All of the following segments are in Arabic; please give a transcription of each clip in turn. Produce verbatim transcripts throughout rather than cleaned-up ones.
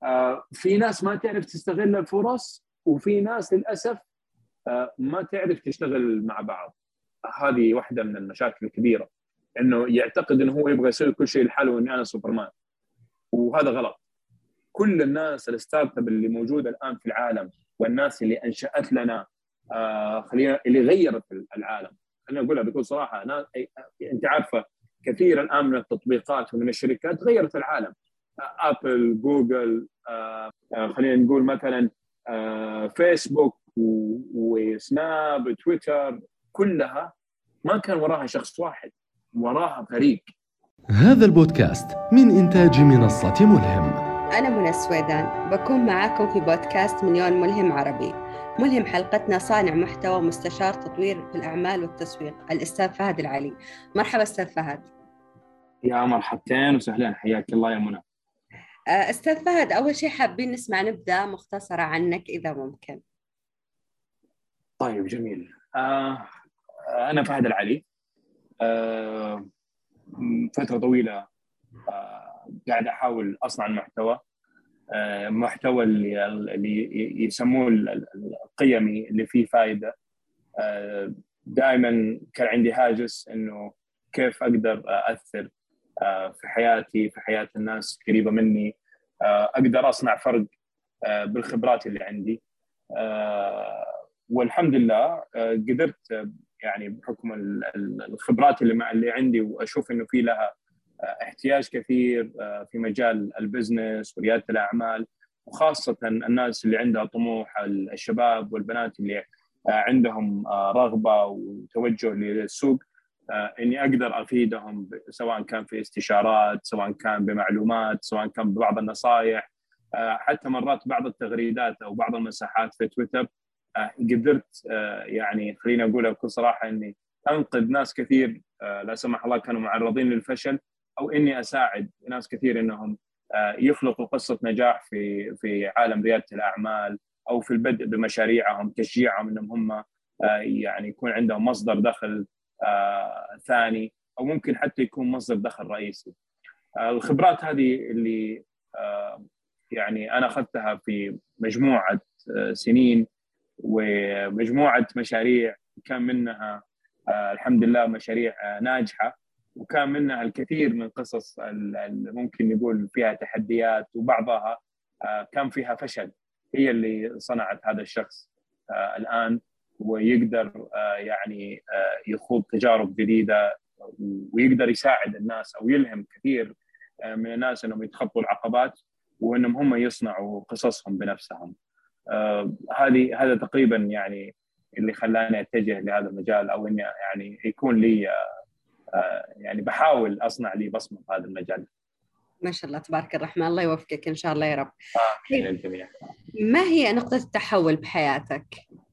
آه في ناس ما تعرف تستغل الفرص، وفي ناس للأسف آه ما تعرف تشتغل مع بعض. هذه واحدة من المشاكل الكبيرة، إنه يعتقد إنه هو يبغى يسوي كل شيء لحاله وإني أنا سوبرمان، وهذا غلط. كل الناس الستارت اب اللي موجودة الآن في العالم، والناس اللي أنشأت لنا آه خلينا اللي غيرت العالم، خلينا نقولها بكل صراحة. أنا أنت عارفة كثير الآن من التطبيقات ومن الشركات غيرت العالم. ابل، جوجل، آه، خلينا نقول مثلا آه، فيسبوك وسناب وتويتر، كلها ما كان وراها شخص واحد، وراها فريق. هذا البودكاست من إنتاج منصة ملهم. أنا منى السويدان، بكون معاكم في بودكاست مليون ملهم عربي. ملهم حلقتنا صانع محتوى ومستشار تطوير في الأعمال والتسويق، الأستاذ فهد العلي. مرحبا أستاذ فهد. يا مرحبتين وسهلا، حياك الله يا منى. أستاذ فهد، أول شيء حابين نسمع نبذة مختصرة عنك إذا ممكن. طيب جميل. آه أنا فهد العلي. آه فترة طويلة آه قاعد أحاول أصنع المحتوى، آه محتوى اللي, اللي يسموه القيمي اللي فيه فائدة. آه دائما كان عندي هاجس إنه كيف أقدر أثر آه في حياتي، في حياة الناس قريبة مني، آه أقدر أصنع فرق آه بالخبرات اللي عندي. آه والحمد لله قدرت يعني بحكم الخبرات اللي اللي عندي، واشوف انه في لها احتياج كثير في مجال البزنس ورياده الاعمال، وخاصه الناس اللي عندها طموح، الشباب والبنات اللي عندهم رغبه وتوجه للسوق، اني اقدر افيدهم سواء كان في استشارات، سواء كان بمعلومات، سواء كان ببعض النصائح، حتى مرات بعض التغريدات او بعض المساحات في تويتر. قدرت يعني خلينا أقولها بكل صراحة إني أنقذ ناس كثير لا سمح الله كانوا معرضين للفشل، أو إني أساعد ناس كثير إنهم يخلقوا قصة نجاح في في عالم ريادة الأعمال، أو في البدء بمشاريعهم، تشجيعهم إنهم هم يعني يكون عندهم مصدر دخل ثاني، أو ممكن حتى يكون مصدر دخل رئيسي. الخبرات هذه اللي يعني أنا أخذتها في مجموعة سنين ومجموعة مشاريع، كان منها آه الحمد لله مشاريع آه ناجحة، وكان منها الكثير من قصص اللي ممكن نقول فيها تحديات، وبعضها آه كان فيها فشل، هي اللي صنعت هذا الشخص آه الآن، ويقدر آه يعني آه يخوض تجارب جديدة، ويقدر يساعد الناس أو يلهم كثير آه من الناس أنهم يتخطوا العقبات، وأنهم هم يصنعوا قصصهم بنفسهم. آه هذه هذا تقريبا يعني اللي خلاني اتجه لهذا المجال، او اني يعني يكون لي آه يعني بحاول اصنع لي بصمه في هذا المجال. ما شاء الله تبارك الرحمن، الله يوفقك ان شاء الله يا رب. آه للجميع. ما هي نقطة التحول بحياتك؟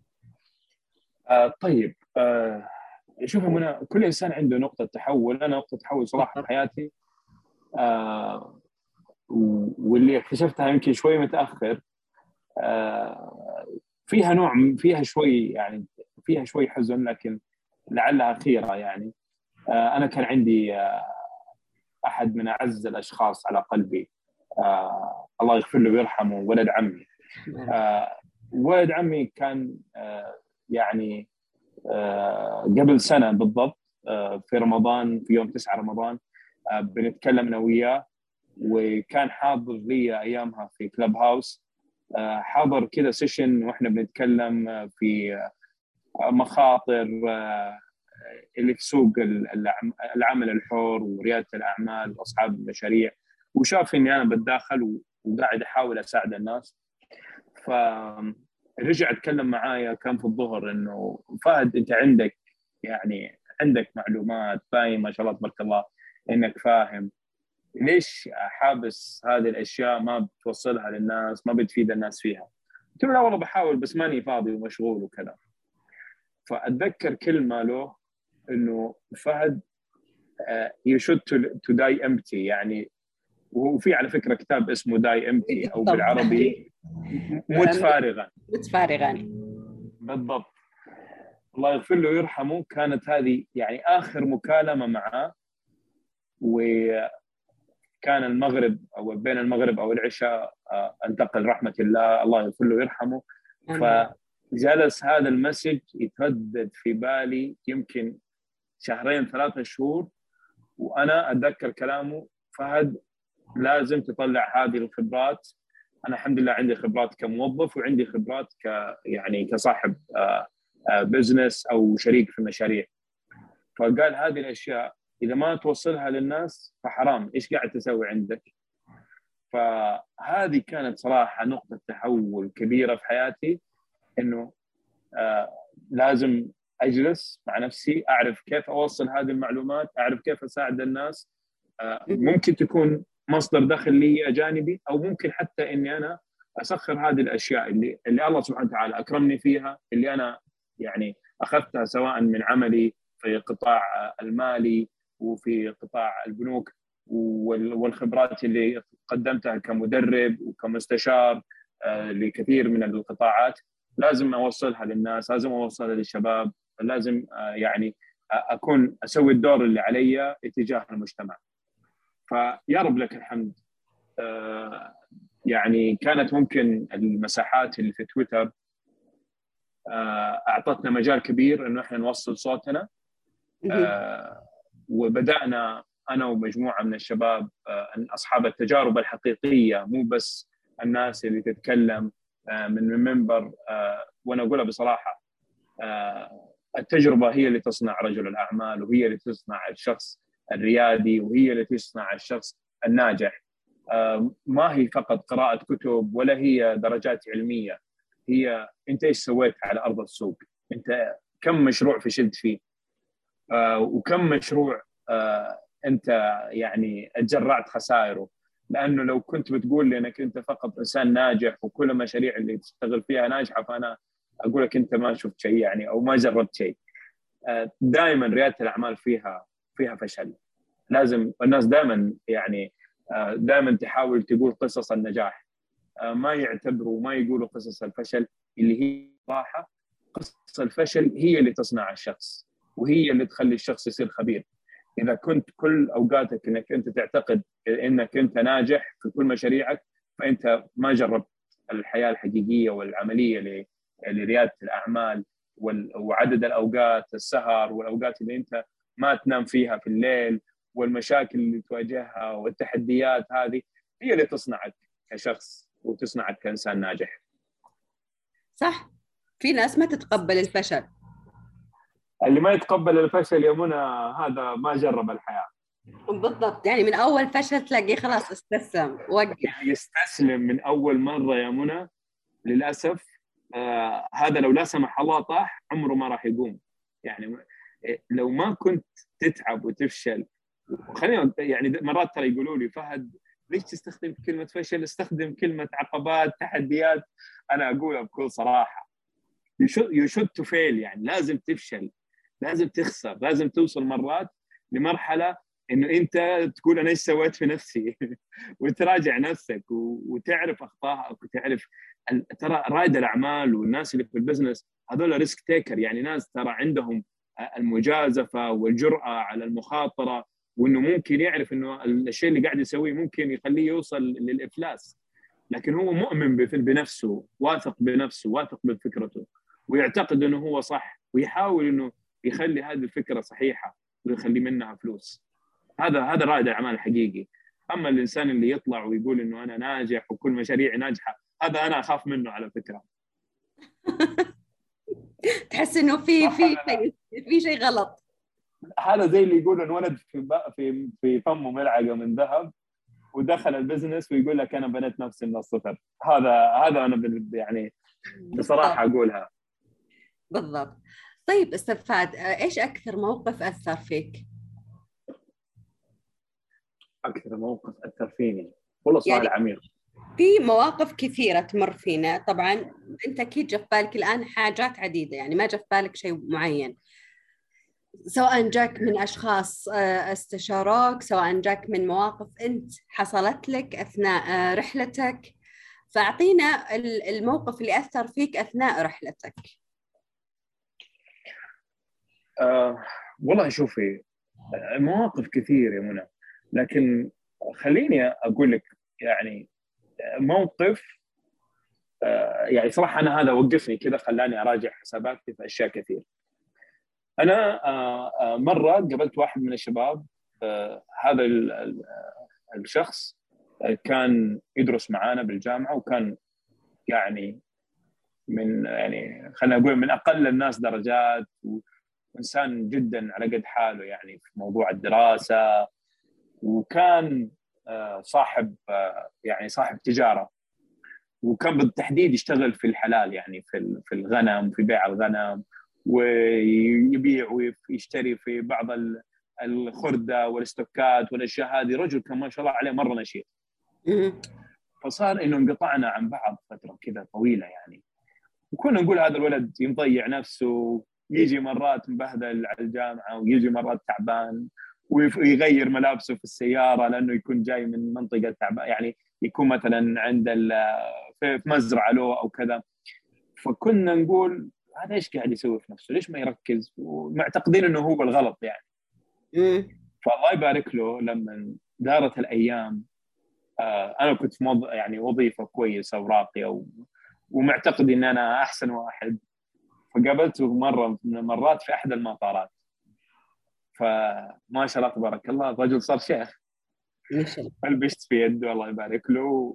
آه طيب آه شوف منى، كل انسان عنده نقطه تحول. انا نقطه تحول صراحه في حياتي آه واللي اكتشفتها يمكن شوي متاخر، آه فيها نوع فيها شوي يعني فيها شوي حزن، لكن لعلها خيرة. يعني آه أنا كان عندي آه أحد من أعز الأشخاص على قلبي، آه الله يغفر له ويرحمه، ولد عمي. آه ولد عمي كان آه يعني آه قبل سنة بالضبط، آه في رمضان، في يوم تسعة رمضان، آه بنتكلم أنا وياه، وكان حاضر لي أيامها في كلاب هاوس. آه حاضر كذا سيشن وإحنا بنتكلم في مخاطر اللي في سوق العمل الحر وريادة الأعمال وأصحاب المشاريع، وشاف إني أنا بتداخل وقاعد أحاول أساعد الناس. فرجع أتكلم معايا، كان في الظهر، إنه فهد أنت عندك يعني عندك معلومات، باين ما شاء الله تبارك الله إنك فاهم، ليش حابس هذه الأشياء ما بتوصلها للناس، ما بتفيد الناس فيها؟ قلت له لا والله بحاول، بس ماني فاضي ومشغول وكذا. فأتذكر كلمة له إنه فهد uh, you should to, to die empty، يعني وفي على فكرة كتاب اسمه die empty أو بالعربي مت فارغا. مت فارغا بالضبط. الله يغفر له ويرحمه، كانت هذه يعني آخر مكالمة معه، وكان المغرب أو بين المغرب أو العشاء وانتقل رحمة الله، الله يغفر له ويرحمه. آمين. فجلس هذا المسج يتردد في بالي يمكن شهرين ثلاثة شهور، وأنا أتذكر كلامه: فهد لازم تطلع هذه الخبرات. أنا الحمد لله عندي خبرات كموظف، وعندي خبرات ك يعني كصاحب بزنس أو شريك في مشاريع. فقال هذه الأشياء إذا ما توصلها للناس فحرام، إيش قاعد تسوي عندك؟ فهذه كانت صراحة نقطة تحول كبيرة في حياتي، إنه آه لازم أجلس مع نفسي، أعرف كيف أوصل هذه المعلومات، أعرف كيف أساعد الناس. آه ممكن تكون مصدر دخل لي جانبي، أو ممكن حتى إني أنا أسخر هذه الأشياء اللي, اللي الله سبحانه وتعالى أكرمني فيها، اللي أنا يعني أخذتها سواء من عملي في قطاع المالي وفي قطاع البنوك، والخبرات اللي قدمتها كمدرب وكمستشار لكثير من القطاعات، لازم أوصلها للناس، لازم أوصلها للشباب، لازم يعني أكون أسوي الدور اللي علي اتجاه المجتمع. فيا رب لك الحمد. يعني كانت ممكن المساحات اللي في تويتر أعطتنا مجال كبير إنه إحنا نوصل صوتنا. وبدأنا أنا ومجموعة من الشباب أصحاب التجارب الحقيقية، مو بس الناس اللي تتكلم من منبر. وأنا أقولها بصراحة، التجربة هي اللي تصنع رجل الأعمال، وهي اللي تصنع الشخص الريادي، وهي اللي تصنع الشخص الناجح. ما هي فقط قراءة كتب ولا هي درجات علمية، هي أنت إيش سويت على أرض السوق، أنت كم مشروع فشلت فيه، وكم مشروع أنت يعني تجرعت خسائره. لأنه لو كنت بتقول لي أنك أنت فقط إنسان ناجح وكل المشاريع اللي تشتغل فيها ناجحة، فأنا أقول لك أنت ما شفت شيء يعني، أو ما جربت شيء. دائما ريادة الأعمال فيها فيها فشل. لازم الناس دائما يعني دائما تحاول تقول قصص النجاح، ما يعتبروا ما يقولوا قصص الفشل، اللي هي صراحة قصص الفشل هي اللي تصنع الشخص، وهي اللي تخلي الشخص يصير خبير. إذا كنت كل أوقاتك إنك أنت تعتقد إنك أنت ناجح في كل مشاريعك، فأنت ما جربت الحياة الحقيقية والعملية لريادة الأعمال، وعدد الأوقات السهر، والأوقات اللي أنت ما تنام فيها في الليل، والمشاكل اللي تواجهها والتحديات، هذه هي اللي تصنعك كشخص وتصنعك كإنسان ناجح. صح. في ناس ما تتقبل الفشل. اللي ما يتقبل الفشل يا منى هذا ما جرب الحياة. بالضبط، يعني من أول فشل تلاقيه خلاص استسلم وقف. يستسلم من أول مرة يا منى للأسف. آه هذا لو لا سمح الله طاح عمره ما راح يقوم. يعني لو ما كنت تتعب وتفشل، خلينا يعني مرات ترى يقولوا لي: فهد ليش تستخدم كلمة فشل؟ استخدم كلمة عقبات، تحديات. أنا أقولها بكل صراحة: you should, you should to fail. يعني لازم تفشل، لازم تخسر، لازم توصل مرات لمرحلة إنه أنت تقول أنا إيش سويت في نفسي وتراجع نفسك وتعرف أخطائك، وتعرف ترى رائد الأعمال والناس اللي في البزنس هذول ريسك تيكر. يعني ناس ترى عندهم المجازفة والجرأة على المخاطرة، وإنه ممكن يعرف إنه الشيء اللي قاعد يسويه ممكن يخليه يوصل للإفلاس، لكن هو مؤمن بنفسه، واثق بنفسه، واثق بفكرته، ويعتقد إنه هو صح، ويحاول إنه يخلي هذه الفكرة صحيحة ويخلي منها فلوس. هذا هذا رائد الأعمال الحقيقي. أما الإنسان اللي يطلع ويقول إنه أنا ناجح وكل مشاريعي ناجحة، هذا أنا أخاف منه على فكرة. تحس إنه في في شيء في شيء غلط. هذا زي اللي يقول انولد في في في فمه ملعقة من ذهب ودخل البزنس ويقول لك أنا بنيت نفسي من الصفر. هذا هذا أنا يعني بصراحة أقولها. بالضبط. طيب أستاذ فهد، إيش أكثر موقف أثر فيك؟ أكثر موقف أثر فيني والله سؤال يعني عميق. في مواقف كثيرة تمر فينا طبعا، أنت أكيد جاء في بالك الآن حاجات عديدة، يعني ما جاء في بالك شيء معين، سواء جاك من أشخاص استشاروك، سواء جاك من مواقف أنت حصلت لك أثناء رحلتك. فأعطينا الموقف اللي أثر فيك أثناء رحلتك. أه والله شوفي، مواقف كثير يا منى، لكن خليني أقول لك يعني موقف يعني صراحة أنا هذا وقفني كذا، خلاني أراجع حساباتي في أشياء كثير. أنا مرة قابلت واحد من الشباب، هذا الشخص كان يدرس معانا بالجامعة، وكان يعني من يعني خلينا نقول من أقل الناس درجات، وإنسان جدا على قد حاله يعني في موضوع الدراسة، وكان صاحب يعني صاحب تجارة، وكان بالتحديد يشتغل في الحلال يعني في في الغنم، في بيع الغنم، ويبيع ويشتري في بعض الخردة والاستوكات والأشياء هذه. رجل كان ما شاء الله عليه مرة نشيط. فصار إنه انقطعنا عن بعض فترة كذا طويلة يعني، وكنا نقول هذا الولد يضيع نفسه، يجي مرات مبهدل على الجامعة، ويجي مرات تعبان، ويغير ملابسه في السيارة لأنه يكون جاي من منطقة تعبان، يعني يكون مثلا عند في مزرعة له أو كذا. فكنا نقول هذا إيش قاعد يسوي في نفسه؟ ليش ما يركز؟ ومعتقدين إنه هو الغلط يعني. فالله يبارك له لما دارت الأيام، آه أنا كنت في موض... يعني وظيفة كويسة وراقية، ومعتقد إن أنا أحسن واحد. فقابلته مرة من المرات في أحد المطارات، فما شاء الله تبارك الله الرجل صار شيخ، فلبشت في يده الله يبارك له،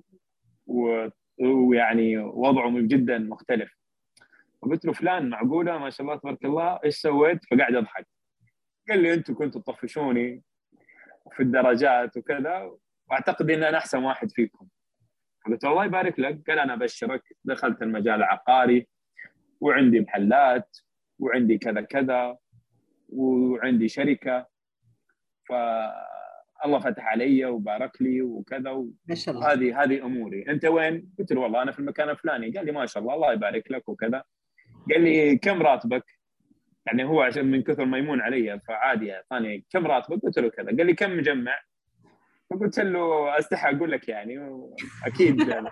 ويعني وضعه جدا مختلف. فقلت له فلان معقولة ما شاء الله تبارك الله إيش سويت؟ فقاعد أضحك. قال لي أنتم كنتوا تطفشوني في الدرجات وكذا، وأعتقد إن أنا أحسن واحد فيكم. قلت الله يبارك لك. قال أنا أبشرك، دخلت المجال العقاري، وعندي محلات، وعندي كذا كذا، وعندي شركة، فالله فتح علي وبارك لي وكذا، ما شاء الله. وهذه هذه أموري. أنت وين؟ قلت له والله أنا في المكان الفلاني. قال لي ما شاء الله الله يبارك لك وكذا. قال لي كم راتبك؟ يعني هو عشان من كثر ما يمون علي فعادي ثاني كم راتبك؟ قلت له كذا. قال لي كم مجمع؟ فقلت له استحى اقول لك يعني اكيد يعني.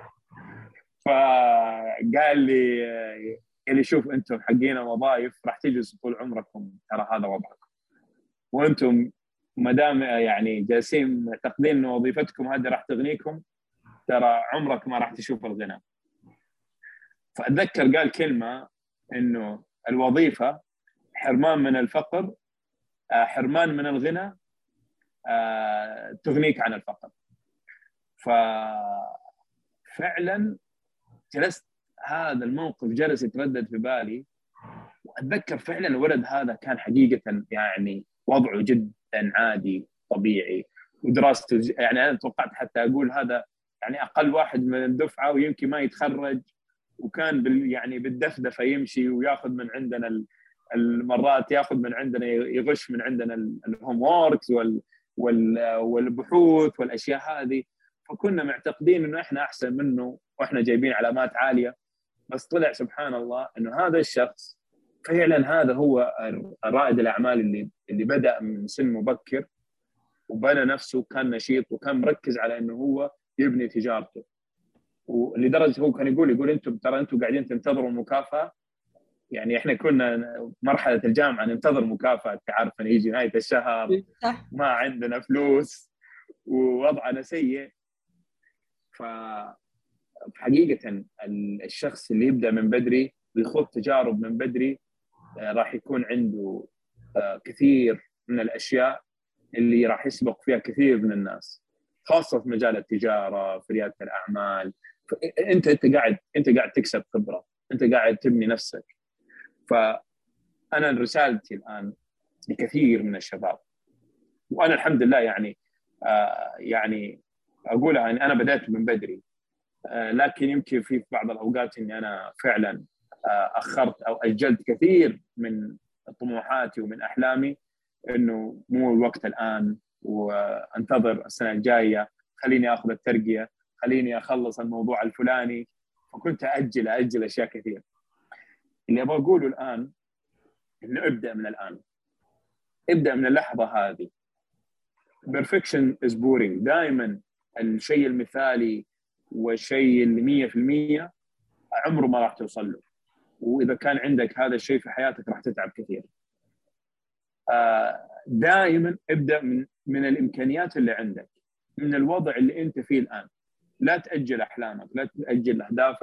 فقال لي قال لي شوف انتم حقين وظائف راح تجلسوا طول عمركم، ترى هذا وضعكم، وانتم ما دام يعني جالسين معتقدين ان وظيفتكم هذه راح تغنيكم، ترى عمرك ما راح تشوف الغنى. فاتذكر قال كلمه انه الوظيفه حرمان من الفقر، حرمان من الغنى تغنيك عن الفقر. ففعلا جلست هذا الموقف جلس يتردد في بالي، وأتذكر فعلا الولد هذا كان حقيقة يعني وضعه جدا عادي طبيعي، ودراسته يعني أنا توقعت حتى أقول هذا يعني أقل واحد من الدفعة ويمكن ما يتخرج، وكان بال يعني بالدفدفة يمشي وياخذ من عندنا المرات ياخذ من عندنا يغش من عندنا الهوم ووركس وال والبحوث والاشياء هذه. فكنا معتقدين انه احنا احسن منه واحنا جايبين علامات عاليه، بس طلع سبحان الله انه هذا الشخص فعلا هذا هو رائد الاعمال اللي اللي بدا من سن مبكر وبنى نفسه، كان نشيط وكان مركز على انه هو يبني تجارته. ولدرجه هو كان يقول يقول انتم ترى انتم قاعدين تنتظروا مكافاه، يعني احنا كنا مرحله الجامعه ننتظر مكافاه، تعرف ان يجي نهايه الشهر ما عندنا فلوس ووضعنا سيء. فحقيقه الشخص اللي يبدا من بدري ويخوض تجارب من بدري راح يكون عنده كثير من الاشياء اللي راح يسبق فيها كثير من الناس، خاصه في مجال التجاره، في رياده الاعمال. انت انت قاعد انت قاعد تكسب خبره، انت قاعد تبني نفسك. فأنا رسالتي الآن لكثير من الشباب، وأنا الحمد لله يعني آه يعني أقولها أن أنا بدأت من بدري، آه لكن يمكن في بعض الأوقات أني أنا فعلا آه أخرت أو أجلت كثير من طموحاتي ومن أحلامي، إنه مو الوقت الآن وأنتظر السنة الجاية، خليني أخذ الترقية، خليني أخلص الموضوع الفلاني. فكنت أجل أجل أشياء كثير. اللي أبغى أقوله الآن إنه ابدأ من الآن، ابدأ من اللحظة هذه. perfection is boring. دائما الشيء المثالي والشيء اللي مية في المية عمره ما راح توصل له، وإذا كان عندك هذا الشيء في حياتك راح تتعب كثير. دائما ابدأ من من الإمكانيات اللي عندك، من الوضع اللي أنت فيه الآن. لا تأجل أحلامك، لا تأجل أهدافك،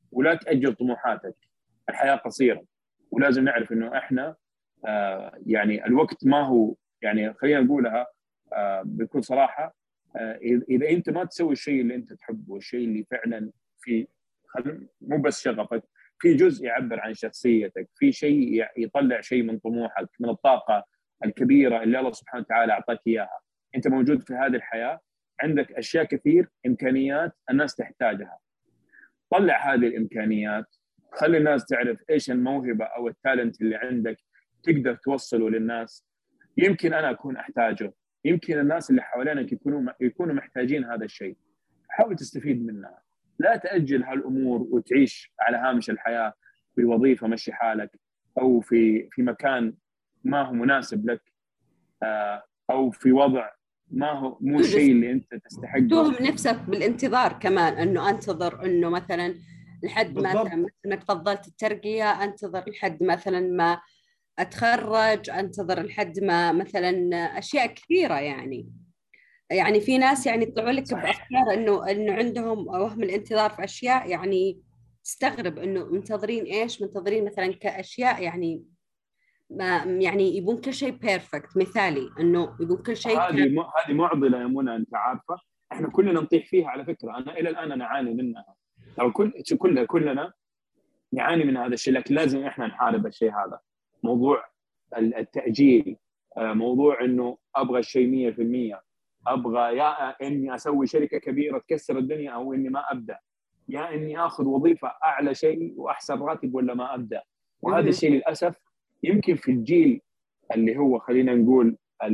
ولا تأجل طموحاتك. الحياة قصيرة، ولازم نعرف إنه إحنا آه يعني الوقت ما هو، يعني خلينا نقولها آه بكل صراحة، آه إذا أنت ما تسوي الشيء اللي أنت تحبه، الشيء اللي فعلا في مو بس شغفك، في جزء يعبر عن شخصيتك، في شيء يطلع شيء من طموحك، من الطاقة الكبيرة اللي الله سبحانه وتعالى أعطاك إياها. أنت موجود في هذه الحياة، عندك أشياء كثير، إمكانيات الناس تحتاجها. طلع هذه الإمكانيات، خلي الناس تعرف إيش الموهبة أو التالنت اللي عندك تقدر توصله للناس. يمكن أنا أكون أحتاجه، يمكن الناس اللي حوالينك يكونوا يكونوا محتاجين هذا الشيء. حاول تستفيد منها، لا تأجل هالأمور وتعيش على هامش الحياة في وظيفة مشي حالك، أو في في مكان ما هو مناسب لك، أو في وضع ما هو مو الشيء اللي أنت تستحقه. توهم نفسك بالانتظار كمان، إنه أنتظر إنه مثلا لحد مثلا مثل ما تفضلت الترقية، أنتظر لحد مثلا ما أتخرج، أنتظر لحد ما مثلا أشياء كثيرة. يعني يعني في ناس يعني يطلعوا لك بأفكار إنه إنه عندهم وهم الانتظار في أشياء، يعني تستغرب إنه منتظرين إيش، منتظرين مثلا كأشياء يعني ما يعني يبون كل شيء بيرفكت مثالي، إنه يبون كل شيء هذه م... هذه معضلة يا منى، أنت عارفة إحنا كلنا نطيح فيها على فكرة. أنا إلى الآن نعاني منها، أو كل كلنا كلنا نعاني من هذا الشيء، لكن لازم إحنا نحارب الشيء هذا. موضوع التأجيل، موضوع إنه أبغى الشيء مية في المية، أبغى يا إني أسوي شركة كبيرة تكسر الدنيا أو إني ما أبدأ، يا إني أخذ وظيفة أعلى شيء وأحسن راتب ولا ما أبدأ. وهذا الشيء للأسف يمكن في الجيل اللي هو خلينا نقول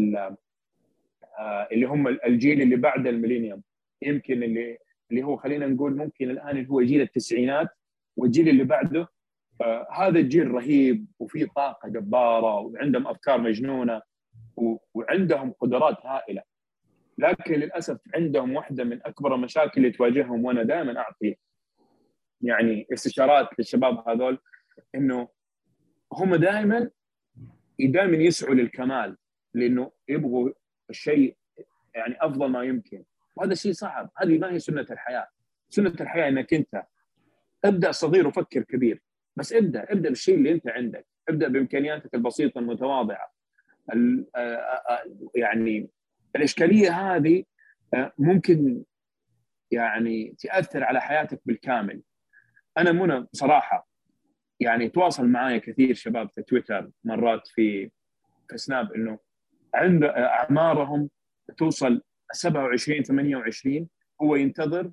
اللي هم الجيل اللي بعد الميلينيوم، يمكن اللي اللي هو خلينا نقول ممكن الآن اللي هو جيل التسعينات والجيل اللي بعده. آه هذا الجيل رهيب وفيه طاقة جبارة وعندهم أفكار مجنونة وعندهم قدرات هائلة، لكن للأسف عندهم واحدة من أكبر المشاكل اللي تواجههم. وأنا دائما أعطي يعني استشارات للشباب هذول، إنه هم دائما دائما يسعوا للكمال، لأنه يبغوا الشيء يعني أفضل ما يمكن، وهذا الشيء صعب. هذه ما هي سنة الحياة. سنة الحياة إنك أنت ابدأ صغير وفكر كبير، بس ابدأ ابدأ بالشيء اللي أنت عندك، ابدأ بإمكانياتك البسيطة المتواضعة. يعني الإشكالية هذه ممكن يعني تأثر على حياتك بالكامل. أنا منى بصراحة يعني تواصل معايا كثير شباب في تويتر، مرات في في سناب، إنه عند أعمارهم توصل سبعة وعشرين ثمانية وعشرين هو ينتظر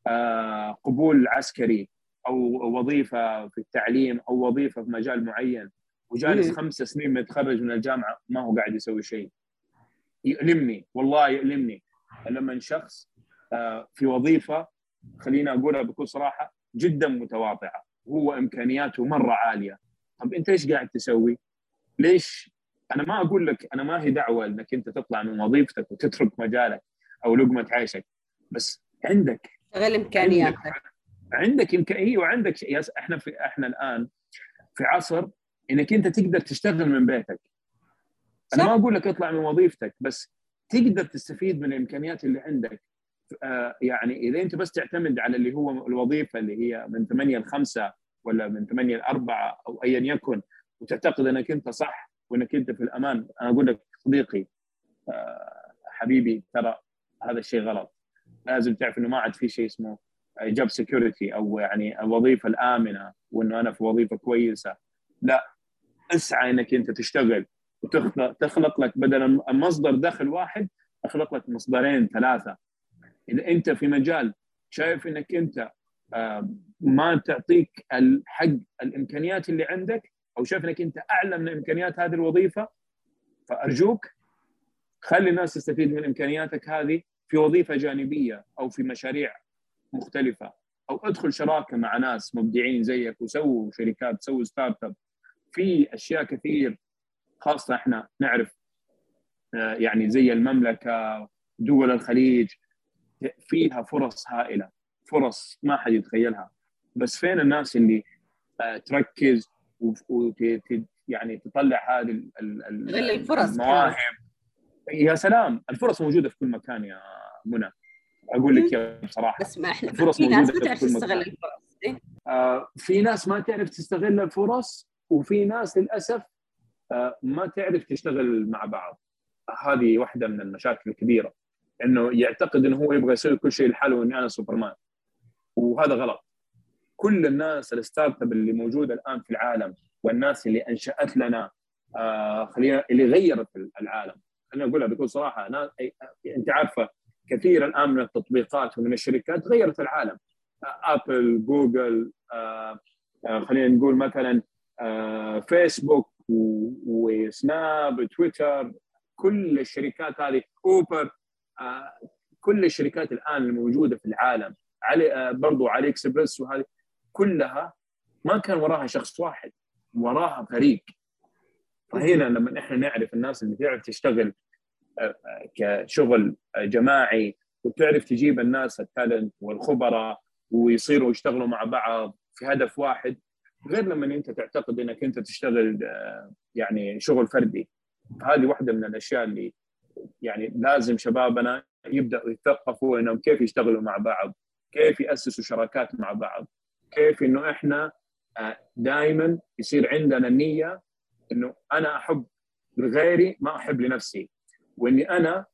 قبول عسكري أو وظيفة في التعليم أو وظيفة في مجال معين، وجالس خمس سنين متخرج من الجامعة ما هو قاعد يسوي شيء. يؤلمني والله، يؤلمني لما شخص في وظيفة خلينا أقولها بكل صراحة جدا متواضعة، هو إمكانياته مرة عالية. طب أنت إيش قاعد تسوي؟ ليش؟ أنا ما أقول لك، أنا ما هي دعوة أنك أنت تطلع من وظيفتك وتترك مجالك أو لقمة عيشك، بس عندك غير إمكانياتك، عندك إمكانية وعندك شيء. إحنا في إحنا الآن في عصر إنك أنت تقدر تشتغل من بيتك. أنا ما أقول لك اطلع من وظيفتك، بس تقدر تستفيد من الإمكانيات اللي عندك. آه يعني إذا أنت بس تعتمد على اللي هو الوظيفة اللي هي من ثمانية لخمسة ولا من ثمانية لأربعة أو أيا يكن، وتعتقد أنك أنت صح وأنك أنت في الأمان، أنا أقول لك صديقي آه حبيبي، ترى هذا الشيء غلط. لازم تعرف إنه ما عاد في شيء اسمه جوب سيكوريتي أو يعني الوظيفة الآمنة وإنه أنا في وظيفة كويسة. لا، اسعى إنك أنت تشتغل وتخلق تخلق لك بدل مصدر دخل واحد، اخلق لك مصدرين ثلاثة. إذا أنت في مجال شايف إنك أنت ما تعطيك الحق الإمكانيات اللي عندك، أو شايف إنك أنت أعلى من إمكانيات هذه الوظيفة، فأرجوك خلي الناس تستفيد من إمكانياتك هذه في وظيفة جانبية أو في مشاريع مختلفة، أو أدخل شراكة مع ناس مبدعين زيك وسووا شركات، سووا ستارت اب. في أشياء كثير، خاصة إحنا نعرف يعني زي المملكة، دول الخليج، فيها فرص هائلة، فرص ما حد يتخيلها. بس فين الناس اللي تركز وت يعني تطلع هذه المواهب؟ يا سلام، الفرص موجودة في كل مكان يا منى، أقول لك يا بصراحة. بس ما احنا الفرص في ناس موجودة ما تعرف في كل تستغل مكان. الفرص. إيه؟ في ناس ما تعرف تستغل الفرص، وفي ناس للأسف ما تعرف تشتغل مع بعض. هذه واحدة من المشاكل الكبيرة، إنه يعتقد إنه هو يبغى يسوي كل شيء لحاله وإني أنا سوبرمان، وهذا غلط. كل الناس الستارت اب اللي موجودة الآن في العالم، والناس اللي أنشأت لنا آه خلينا اللي غيرت العالم، خلينا نقولها بكل صراحة، أنا أنت عارفة كثير الآن من التطبيقات ومن الشركات غيرت العالم. ابل، جوجل، آه آه خلينا نقول مثلا آه فيسبوك وسناب، تويتر، كل الشركات هذه، اوبر، آه كل الشركات الان الموجوده في العالم، علي آه برضو علي اكسبرس، وهذه كلها ما كان وراها شخص واحد، وراها فريق. فهنا لما احنا نعرف الناس اللي تعرف تشتغل آه كشغل آه جماعي، وتعرف تجيب الناس التالنت والخبراء ويصيروا يشتغلوا مع بعض في هدف واحد، غير لما انت تعتقد انك انت تشتغل يعني شغل فردي. هذه واحده من الاشياء اللي يعني لازم شبابنا يبداوا يتثقفوا انهم كيف يشتغلوا مع بعض، كيف ياسسوا شراكات مع بعض، كيف انه احنا دائما يصير عندنا النيه انه انا احب لغيري ما احب لنفسي، واني انا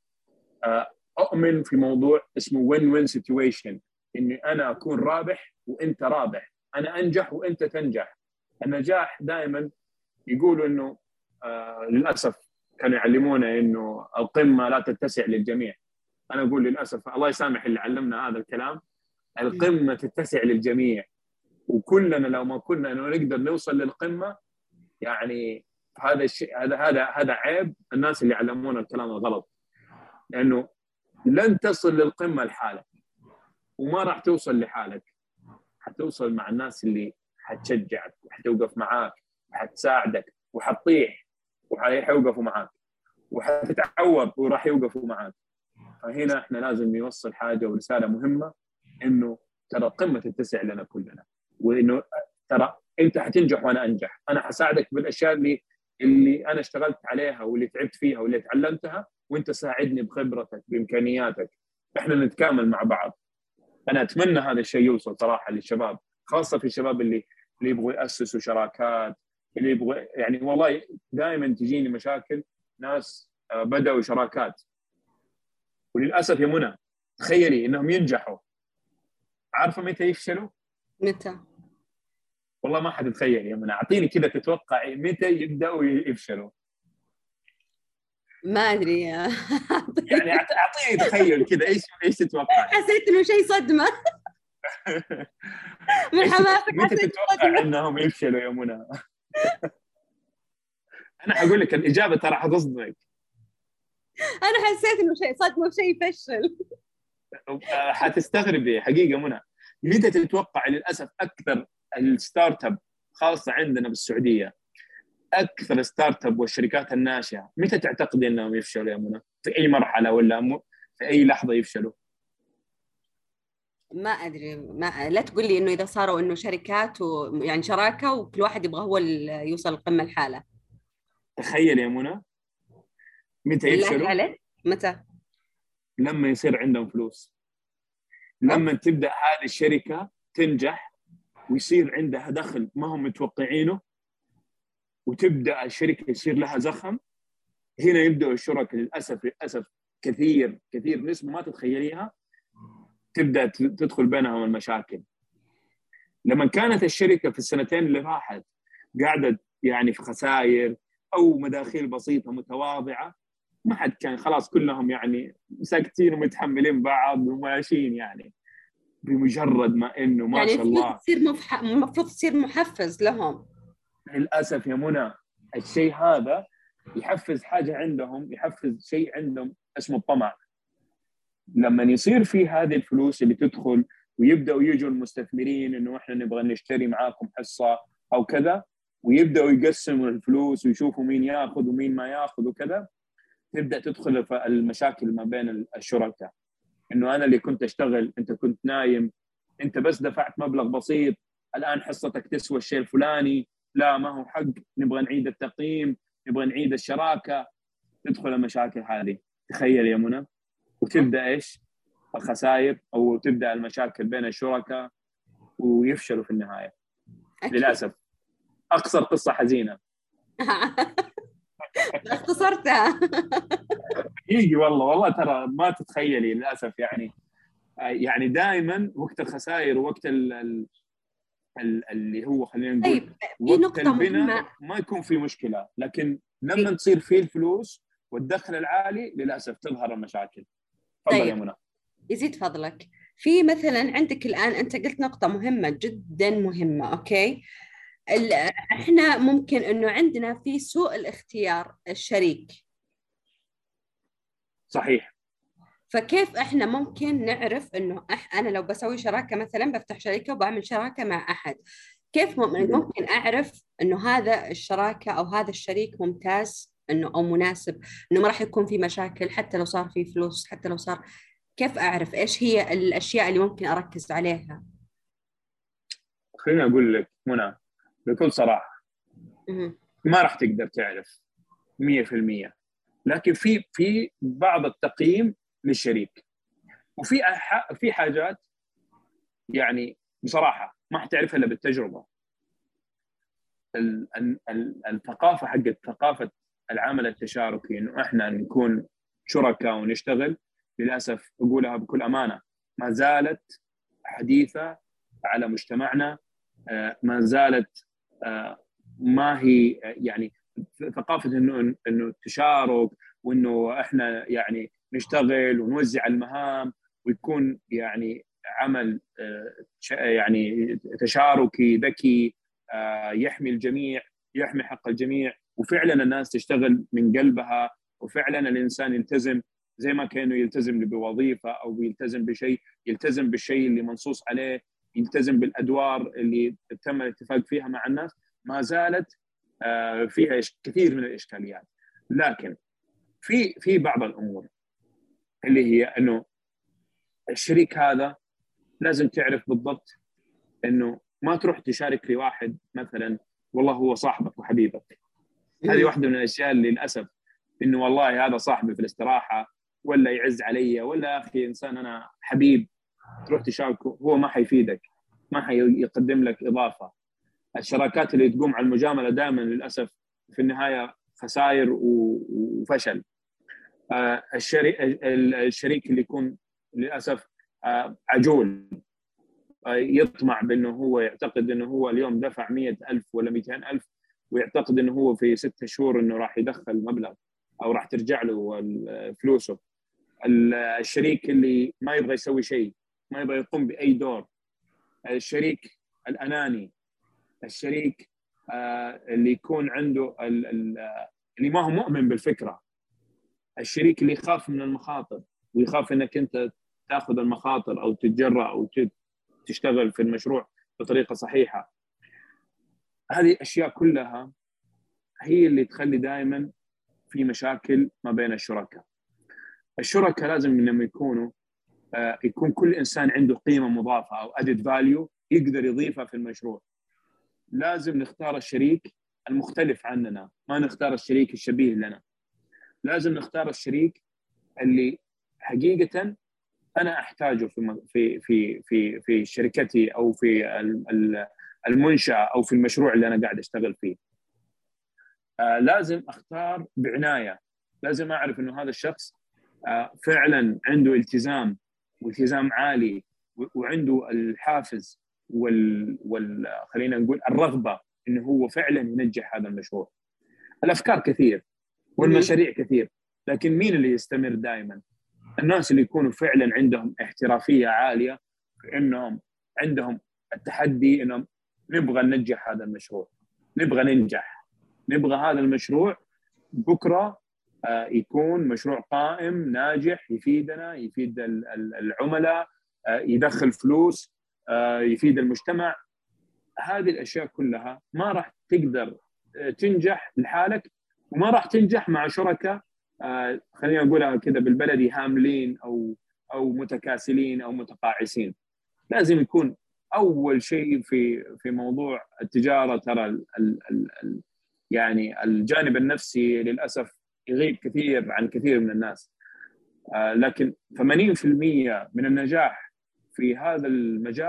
اؤمن في موضوع اسمه وين وين سيتويشن، اني انا اكون رابح وانت رابح، انا انجح وانت تنجح. النجاح دائما يقولوا انه آه للاسف كانوا يعلمونا انه القمه لا تتسع للجميع. انا اقول للاسف الله يسامح اللي علمنا هذا الكلام، القمه تتسع للجميع، وكلنا لو ما كنا انه نقدر نوصل للقمه، يعني هذا الشيء هذا هذا هذا عيب الناس اللي علمونا الكلام الغلط، لانه لن تصل للقمه لحالك، وما راح توصل لحالك، حتوصل مع الناس اللي حتشجعك وحتوقف معاك وحتساعدك وحتطيح وحيوقفوا معاك، وحتتعور وراح يوقفوا معاك. فهنا احنا لازم نوصل حاجه ورساله مهمه، انه ترى القمه تتسع لنا كلنا، وانه ترى انت حتنجح وانا انجح، انا حساعدك بالاشياء اللي اللي انا اشتغلت عليها واللي تعبت فيها واللي تعلمتها، وانت ساعدني بخبرتك بامكانياتك، احنا نتكامل مع بعض. انا اتمنى هذا الشيء يوصل صراحه للشباب، خاصه في الشباب اللي اللي يبغوا ياسسوا شراكات، اللي يبغوا يعني والله دائما تجيني مشاكل ناس بدأوا شراكات وللاسف يا منى تخيلي انهم ينجحوا، عارفه متى يفشلوا؟ متى؟ والله ما حتتخيل يا منى، اعطيني كذا تتوقعي متى يبداوا يفشلوا؟ ما ادري يعني اعطيني تخيل كذا، ايش ايش تتوقع؟ حسيت انه شيء صدمه من حماسك. متى تتوقع انهم يفشلوا يا منى؟ انا حقول لك الاجابه ترى حتصدمك. انا حسيت انه شيء صدمه وشيء يفشل. حتستغربي حقيقه منى. متى تتوقع؟ للاسف اكثر الستارت اب خاصه عندنا بالسعوديه، اكثر ستارت اب والشركات الناشئه متى تعتقد انهم يفشلوا يا منى؟ في اي مرحله ولا في اي لحظه يفشلوا؟ ما ادري، ما لا تقول لي انه اذا صاروا انه شركات ويعني شراكه وكل واحد يبغى هو اللي يوصل القمه الحاله. تخيل يا منى متى يفشلوا؟ متى؟ لما يصير عندهم فلوس، لما تبدا هذه الشركه تنجح ويصير عندها دخل ما هم متوقعينه، وتبدا الشركه يصير لها زخم، هنا يبداوا الشركاء للاسف للاسف كثير كثير نسبه ما تتخيليها تبدا تدخل بينهم المشاكل. لما كانت الشركه في السنتين اللي راحت قاعده يعني في خسائر او مداخيل بسيطه متواضعه، ما حد كان، خلاص كلهم يعني ساكتين ومتحملين بعض وماشيين، يعني بمجرد ما انه ما يعني شاء الله يعني تصير مفح... المفروض تصير محفز لهم. للاسف يا منى الشيء هذا يحفز حاجه عندهم، يحفز شيء عندهم اسمه الطمع. لما يصير في هذه الفلوس اللي تدخل ويبداوا يجوا المستثمرين انه احنا نبغى نشتري معاكم حصه او كذا، ويبداوا يقسموا الفلوس ويشوفوا مين ياخذ ومين ما ياخذ وكذا، تبدا تدخل المشاكل ما بين الشركاء، انه انا اللي كنت اشتغل انت كنت نايم، انت بس دفعت مبلغ بسيط، الان حصتك تسوى الشيء الفلاني، لا ما هو حق، نبغى نعيد التقييم، نبغى نعيد الشراكه، تدخل المشاكل هذه. تخيل يا منى، وتبدا ايش؟ الخسائر، او تبدا المشاكل بين الشركاء، ويفشلوا في النهايه أكيد. للاسف. اقصر قصه حزينه. اختصرتها. يجي والله والله ترى ما تتخيلي للاسف يعني. يعني دائما وقت الخسائر ووقت ال ال ال اللي هو خلينا نقول طيب في وقت نقطة البناء مهمة. ما يكون في مشكله، لكن لما إيه. تصير فيه الفلوس والدخل العالي للاسف تظهر المشاكل. تفضل يا طيب منى. يزيد فضلك، في مثلا عندك الآن أنت قلت نقطة مهمة جدا مهمة، أوكي. ال- احنا ممكن انه عندنا في سوء الاختيار الشريك، صحيح. فكيف احنا ممكن نعرف انه أح انا لو بسوي شراكة مثلا، بفتح شركة وبعمل شراكة مع احد، كيف مم- ممكن اعرف انه هذا الشراكة او هذا الشريك ممتاز انه او مناسب، انه ما راح يكون في مشاكل حتى لو صار في فلوس، حتى لو صار، كيف اعرف ايش هي الاشياء اللي ممكن اركز عليها؟ خليني اقول لك منى بكل صراحه، مهم. ما راح تقدر تعرف مية في المية، لكن في في بعض التقييم للشريك، وفي أح- في حاجات يعني بصراحه ما حتعرفها الا بالتجربه. ال- ال- ال- الثقافه حقت ثقافه العمل التشاركي، انه احنا نكون شركاء ونشتغل، للاسف اقولها بكل امانه ما زالت حديثه على مجتمعنا. آه، ما زالت آه، ما هي يعني ثقافه انه انه التشارك، وانه احنا يعني نشتغل ونوزع المهام ويكون يعني عمل آه، ش- يعني تشاركي ذكي، آه، يحمي الجميع، يحمي حق الجميع، وفعلا الناس تشتغل من قلبها، وفعلا الانسان يلتزم زي ما كانوا يلتزم بوظيفه او يلتزم بشيء، يلتزم بالشيء اللي منصوص عليه، يلتزم بالادوار اللي تم الاتفاق فيها مع الناس. ما زالت آه، فيها كثير من الاشكاليات، لكن في في بعض الامور اللي هي انه الشريك هذا لازم تعرف بالضبط انه ما تروح تشارك لواحد مثلا والله هو صاحبك وحبيبك. هذه مهم. واحده من الاشياء اللي للاسف، انه والله هذا صاحبي في الاستراحه ولا يعز علي، ولا اخي انسان انا حبيب، تروح تشاركه هو ما حيفيدك، ما حيقدم لك اضافه. الشراكات اللي تقوم على المجامله دائما للاسف في النهايه خسائر وفشل. آه، الشريك الشريك اللي يكون للاسف آه، عجول، آه، يطمع بانه هو يعتقد انه هو اليوم دفع مئة ألف ولا مئتين ألف، ويعتقد انه هو في ستة شهور انه راح يدخل مبلغ او راح ترجع له فلوسه. الشريك اللي ما يبغى يسوي شيء، ما يبغى يقوم باي دور. الشريك الاناني، الشريك آه، اللي يكون عنده اللي ما هو مؤمن بالفكره، الشريك اللي يخاف من المخاطر ويخاف انك انت تاخذ المخاطر او تتجرأ او تشتغل في المشروع بطريقه صحيحه. هذه الاشياء كلها هي اللي تخلي دائما في مشاكل ما بين الشركاء. الشركاء لازم انهم يكونوا آه، يكون كل انسان عنده قيمه مضافه او ادد فاليو يقدر يضيفها في المشروع. لازم نختار الشريك المختلف عننا، ما نختار الشريك الشبيه لنا. لازم نختار الشريك اللي حقيقة أنا أحتاجه في في في في في شركتي أو في المنشأة أو في المشروع اللي أنا قاعد أشتغل فيه. آه لازم أختار بعناية، لازم أعرف إنه هذا الشخص آه فعلا عنده التزام والتزام عالي، وعنده الحافز وال, وال خلينا نقول الرغبة إنه هو فعلا ينجح هذا المشروع. الأفكار كثير مهم. والمشاريع كثير، لكن مين اللي يستمر دائما؟ الناس اللي يكونوا فعلا عندهم احترافيه عاليه، في انهم عندهم التحدي انهم نبغى ننجح هذا المشروع، نبغى ننجح، نبغى هذا المشروع بكره آه، يكون مشروع قائم ناجح يفيدنا، يفيد العملاء، آه، يدخل فلوس، آه، يفيد المجتمع. هذه الاشياء كلها ما راح تقدر تنجح لحالك، وما راح تنجح مع شركاء آه خلينا نقولها كذا بالبلدي هاملين او او متكاسلين او متقاعسين. لازم يكون اول شيء في في موضوع التجاره، ترى ال ال ال ال يعني الجانب النفسي للاسف يغيب كثير عن كثير من الناس. آه لكن ثمانين بالمئة من النجاح في هذا المجال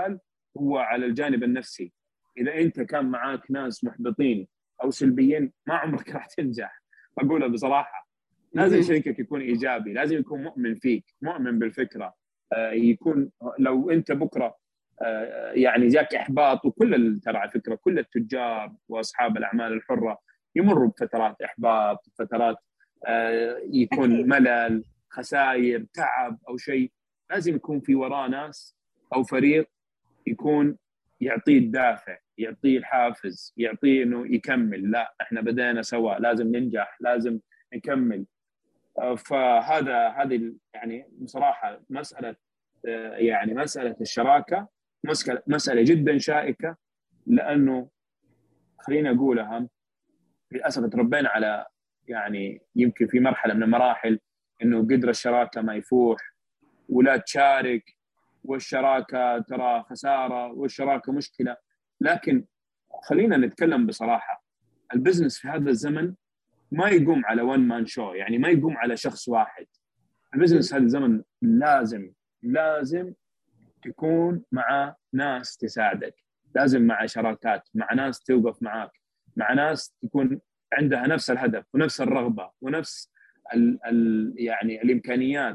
هو على الجانب النفسي. اذا انت كان معاك ناس محبطين او سلبيين ما عمرك راح تنجح، بقولها بصراحه. لازم شريكك يكون ايجابي، لازم يكون مؤمن فيك، مؤمن بالفكره. آه يكون لو انت بكره آه يعني جاك احباط، وكل ترى على فكره كل التجار واصحاب الاعمال الحره يمروا بفترات احباط، فترات آه يكون أكيد. ملل، خسائر، تعب او شيء. لازم يكون في وراه ناس او فريق يكون يعطيه الدافع، يعطيه الحافز، يعطيه انه يكمل. لا احنا بدأنا سوا، لازم ننجح، لازم نكمل. فهذا هذه يعني بصراحه مساله، يعني مساله الشراكه مساله مساله جدا شائكه. لانه خلينا اقولها، للاسف تربينا على يعني يمكن في مرحله من المراحل انه قدر الشراكه ما يفوح، ولا تشارك، والشراكه ترى خساره، والشراكه مشكله. لكن خلينا نتكلم بصراحه، البزنس في هذا الزمن ما يقوم على وان مان شو، يعني ما يقوم على شخص واحد. البزنس هذا الزمن لازم لازم تكون مع ناس تساعدك، لازم مع شراكات، مع ناس توقف معاك، مع ناس تكون عندها نفس الهدف ونفس الرغبة ونفس ال ال يعني الإمكانيات.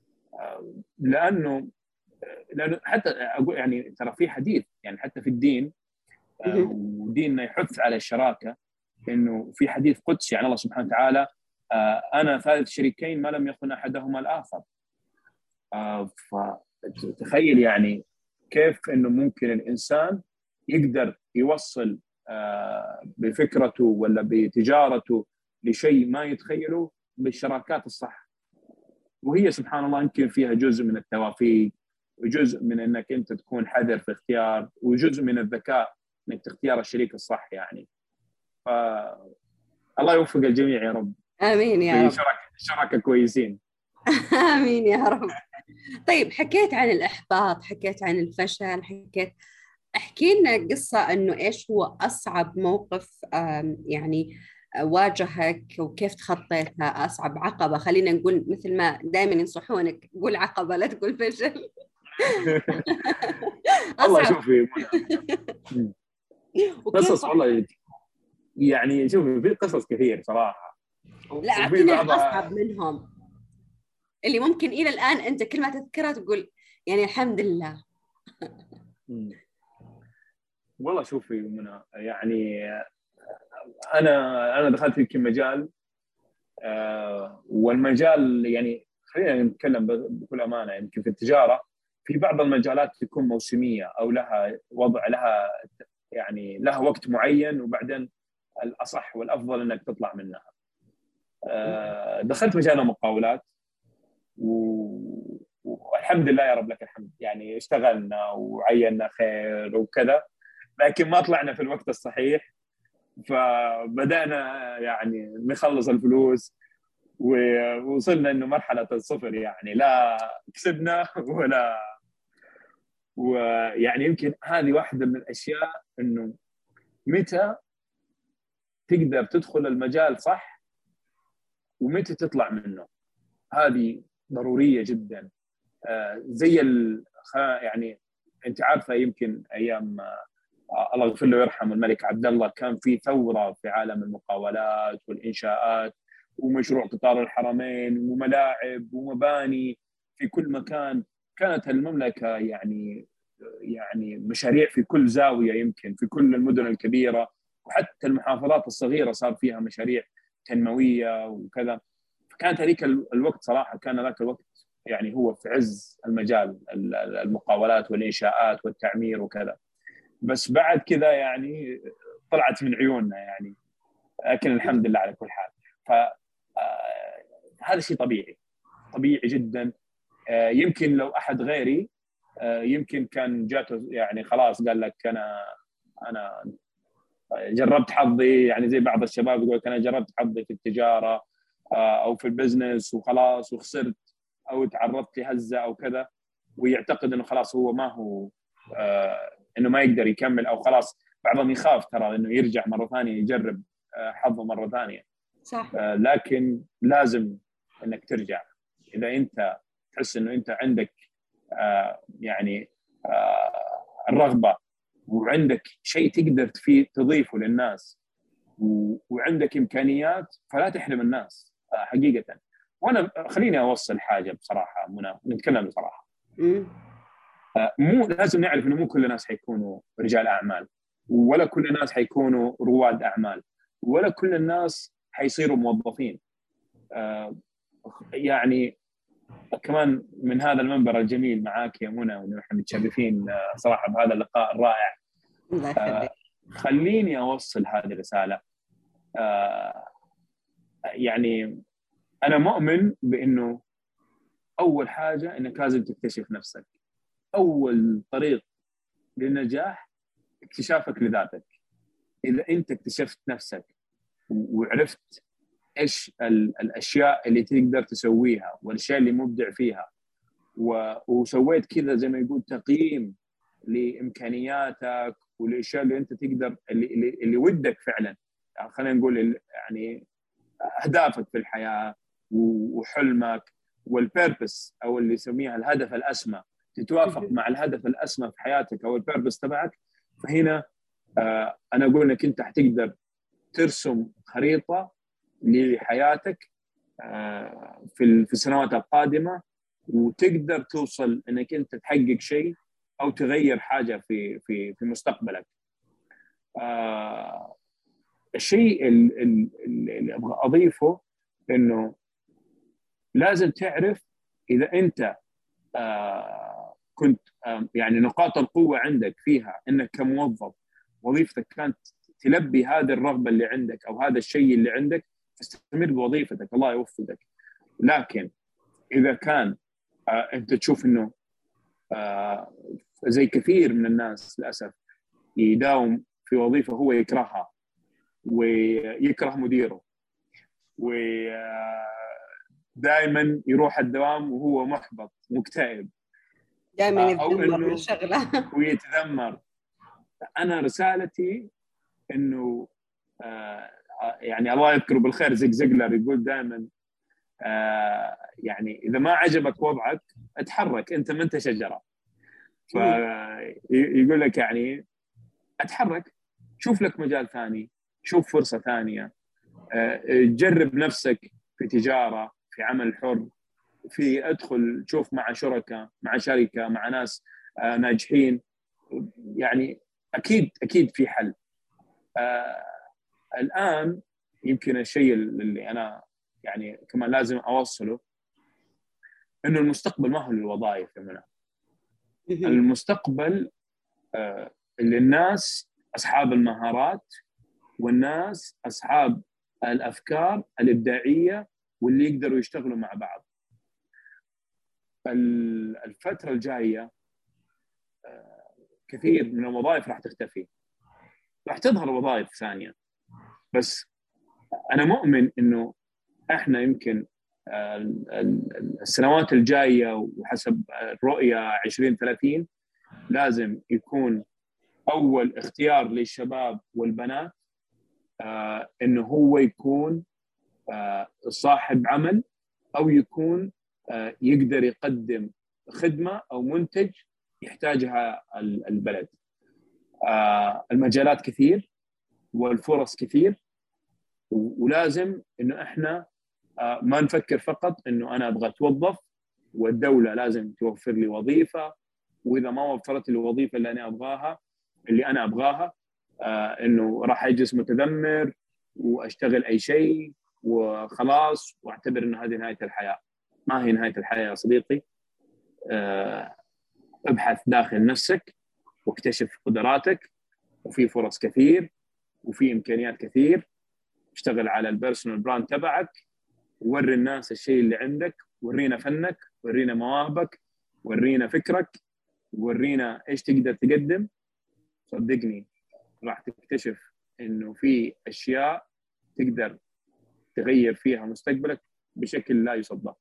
لأنه لأنه حتى أقول يعني ترى في حديث يعني حتى في الدين، وديننا يحث على الشراكة. إنه في حديث قدسي عن الله سبحانه وتعالى: أنا ثالث شريكين ما لم يكن أحدهما الآخر. فتخيل يعني كيف إنه ممكن الإنسان يقدر يوصل بفكرته ولا بتجارته لشيء ما يتخيله بالشراكات الصح. وهي سبحان الله يمكن فيها جزء من التوافيق، وجزء من انك انت تكون حذر في اختيار، وجزء من الذكاء انك تختار الشريك الصح يعني. ف الله يوفق الجميع يا رب. امين يا في رب. شركه شركه كويسين. امين يا رب. طيب، حكيت عن الاحباط، حكيت عن الفشل، حكيت احكي لنا قصة انه ايش هو اصعب موقف يعني واجهك وكيف تخطيتها، اصعب عقبة. خلينا نقول مثل ما دائما ينصحونك، قول عقبة لا تقول فشل. والله اصعب. شوفي منى، وكيف قصص والله يعني شوفي في قصص كثير صراحه، لا، وفي اعطينا بعضها الاصعب منهم اللي ممكن الى الان انت كل ما تذكرها تقول يعني الحمد لله. والله شوفي منى، يعني انا انا دخلت في مجال، آه والمجال يعني خلينا نتكلم بكل امانه، يمكن في التجاره في بعض المجالات تكون موسميه او لها وضع، لها يعني لها وقت معين، وبعدين الاصح والافضل انك تطلع منها. آه دخلت مجال المقاولات و... والحمد لله يا رب لك الحمد، يعني اشتغلنا وعينا خير وكذا، لكن ما طلعنا في الوقت الصحيح. فبدأنا يعني نخلص الفلوس، ووصلنا انه مرحله الصفر، يعني لا كسبنا ولا. ويعني يمكن هذه واحده من الاشياء، انه متى تقدر تدخل المجال صح ومتى تطلع منه، هذه ضروريه جدا. آه زي ال يعني انت عارفه يمكن ايام آه الله يغفر له ويرحمه الملك عبد الله، كان في ثوره في عالم المقاولات والانشاءات، ومشروع قطار الحرمين، وملاعب ومباني في كل مكان. كانت المملكه يعني يعني مشاريع في كل زاويه، يمكن في كل المدن الكبيره، وحتى المحافظات الصغيره صار فيها مشاريع تنمويه وكذا. فكانت هذيك الوقت صراحه، كان ذاك الوقت يعني هو في عز المجال، المقاولات والانشاءات والتعمير وكذا. بس بعد كذا يعني طلعت من عيوننا يعني، لكن الحمد لله على كل حال. ف هذا شيء طبيعي، طبيعي جدا. يمكن لو احد غيري يمكن كان جاته يعني خلاص قال لك انا انا جربت حظي، يعني زي بعض الشباب يقول لك انا جربت حظي في التجاره او في البزنس وخلاص وخسرت، او تعرضت لهزه او كذا، ويعتقد انه خلاص هو ما هو انه ما يقدر يكمل، او خلاص بعضهم يخاف ترى انه يرجع مره ثانيه يجرب حظه مره ثانيه. صح. لكن لازم انك ترجع اذا انت تحس انه انت عندك يعني الرغبة وعندك شيء تقدر فيه تضيفه للناس وعندك إمكانيات، فلا تحرم الناس حقيقة. وأنا خليني أوصل حاجة بصراحة منى، نتكلم بصراحة. مو لازم نعرف إنه مو كل الناس حيكونوا رجال أعمال، ولا كل الناس حيكونوا رواد أعمال، ولا كل الناس حيصيروا موظفين. يعني كمان من هذا المنبر الجميل معاك يا منى، ونحن متشرفين صراحة بهذا اللقاء الرائع. الله يخليك. خليني أوصل هذه الرسالة. يعني أنا مؤمن بأنه أول حاجة أنك لازم تكتشف نفسك. أول طريق للنجاح اكتشافك لذاتك. إذا أنت اكتشفت نفسك وعرفت إيش الأشياء اللي تقدر تسويها والأشياء اللي مبدع فيها، وسويت كذا زي ما يقول تقييم لإمكانياتك والأشياء اللي أنت تقدر اللي, اللي, اللي ودك فعلا، يعني خلينا نقول يعني أهدافك في الحياة وحلمك والبيربس أو اللي يسميها الهدف الأسمى، تتوافق مع الهدف الأسمى في حياتك أو البيربس تبعك. فهنا آه أنا أقول لك أنت حتقدر ترسم خريطة لحياتك آه في في السنوات القادمة، وتقدر توصل انك انت تحقق شيء او تغير حاجه في في في مستقبلك. آه الشيء اللي ابغى اضيفه انه لازم تعرف اذا انت آه كنت آه يعني نقاط القوه عندك فيها انك كموظف وظيفتك كانت تلبي هذه الرغبه اللي عندك او هذا الشيء اللي عندك، فاستمر بوظيفتك، الله يوفقك. لكن اذا كان آه انت تشوف انه آه زي كثير من الناس للاسف يداوم في وظيفه هو يكرهها ويكره مديره، ودائما يروح الدوام وهو محبط مكتئب، دائما آه او يتذمر من انه الشغله ويتذمر. انا رسالتي انه آه يعني الله يذكره بالخير زيغ زيغلر يقول دائما آه يعني اذا ما عجبك وضعك اتحرك، انت ما انت شجره. فيقول لك يعني اتحرك، شوف لك مجال ثاني، شوف فرصه ثانيه، جرب نفسك في تجاره، في عمل حر، في ادخل شوف مع شركاء، مع شركه، مع ناس ناجحين. يعني اكيد اكيد في حل. الان يمكن الشيء اللي انا يعني كمان لازم اوصله انه المستقبل ما هو للوظائف يا منى. المستقبل اللي الناس أصحاب المهارات والناس أصحاب الأفكار الإبداعية واللي يقدروا يشتغلوا مع بعض. الفترة الجاية كثير من الوظائف راح تختفي، راح تظهر وظائف ثانية، بس أنا مؤمن إنه إحنا يمكن السنوات الجاية وحسب الرؤية عشرين ثلاثين لازم يكون أول اختيار للشباب والبنات آه إنه هو يكون آه صاحب عمل أو يكون آه يقدر يقدم خدمة أو منتج يحتاجها البلد. آه المجالات كثير والفرص كثير، ولازم إنه إحنا آه ما نفكر فقط إنه أنا أبغى أتوظف والدولة لازم توفر لي وظيفة، وإذا ما وفرت لي الوظيفة اللي أنا أبغاها اللي أنا أبغاها آه إنه راح أجلس متذمر وأشتغل أي شيء وخلاص وأعتبر إنه هذه نهاية الحياة. ما هي نهاية الحياة يا صديقي. آه ابحث داخل نفسك واكتشف قدراتك، وفي فرص كثير وفي إمكانيات كثير. اشتغل على البيرسونال براند تبعك، وري الناس الشيء اللي عندك، ورينا فنك، ورينا مواهبك، ورينا فكرك، ورينا إيش تقدر تقدم. صدقني راح تكتشف إنه في أشياء تقدر تغير فيها مستقبلك بشكل لا يصدق.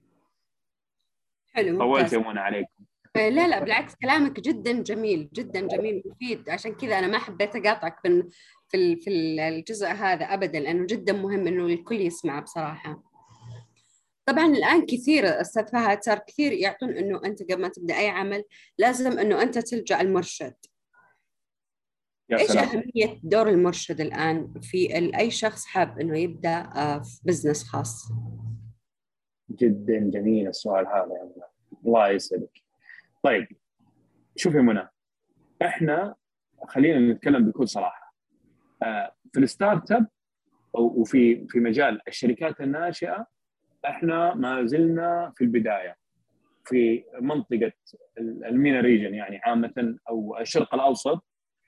حلو، طولت يا منى عليكم. لا لا بالعكس، كلامك جدا جميل جدا جميل مفيد، عشان كذا أنا ما حبيت أقاطعك في في في الجزء هذا أبدا، لأنه جدا مهم إنه الكل يسمعه بصراحة. طبعا الآن كثير أستاذ فهد صار كثير يعطون إنه أنت قبل ما تبدأ أي عمل لازم إنه أنت تلجأ المرشد. يا إيش سلام. أهمية دور المرشد الآن في ال- أي شخص حاب إنه يبدأ آه، في بزنس خاص؟ جدا جميل السؤال هذا يا منى، الله يسعدك. طيب شوفي منى، احنا خلينا نتكلم بكل صراحه. آه، في الستارت اب وفي في مجال الشركات الناشئه احنا ما زلنا في البدايه في منطقه المينا ريجن، يعني عامه او الشرق الاوسط،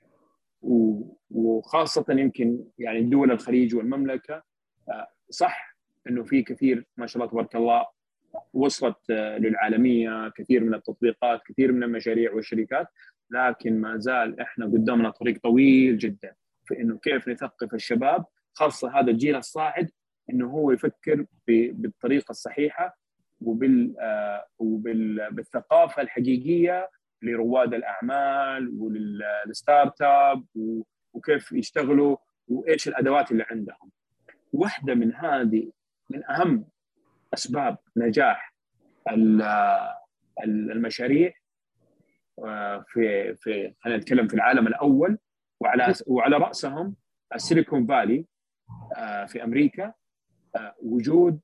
وخاصه يمكن يعني دول الخليج والمملكه. آه، صح انه في كثير ما شاء الله تبارك الله وصلت آه، للعالميه، كثير من التطبيقات، كثير من المشاريع والشركات، لكن ما زال احنا قدامنا طريق طويل جدا في انه كيف نثقف الشباب، خاصه هذا الجيل الصاعد، انه هو يفكر بالطريقه الصحيحه وبال آه، وبالثقافه الحقيقيه لرواد الاعمال وللستارت اب، وكيف يشتغلوا وايش الادوات اللي عندهم. واحده من هذه من اهم اسباب نجاح المشاريع في في خلينا نتكلم في العالم الاول، وعلى وعلى راسهم السيليكون فالي في امريكا، وجود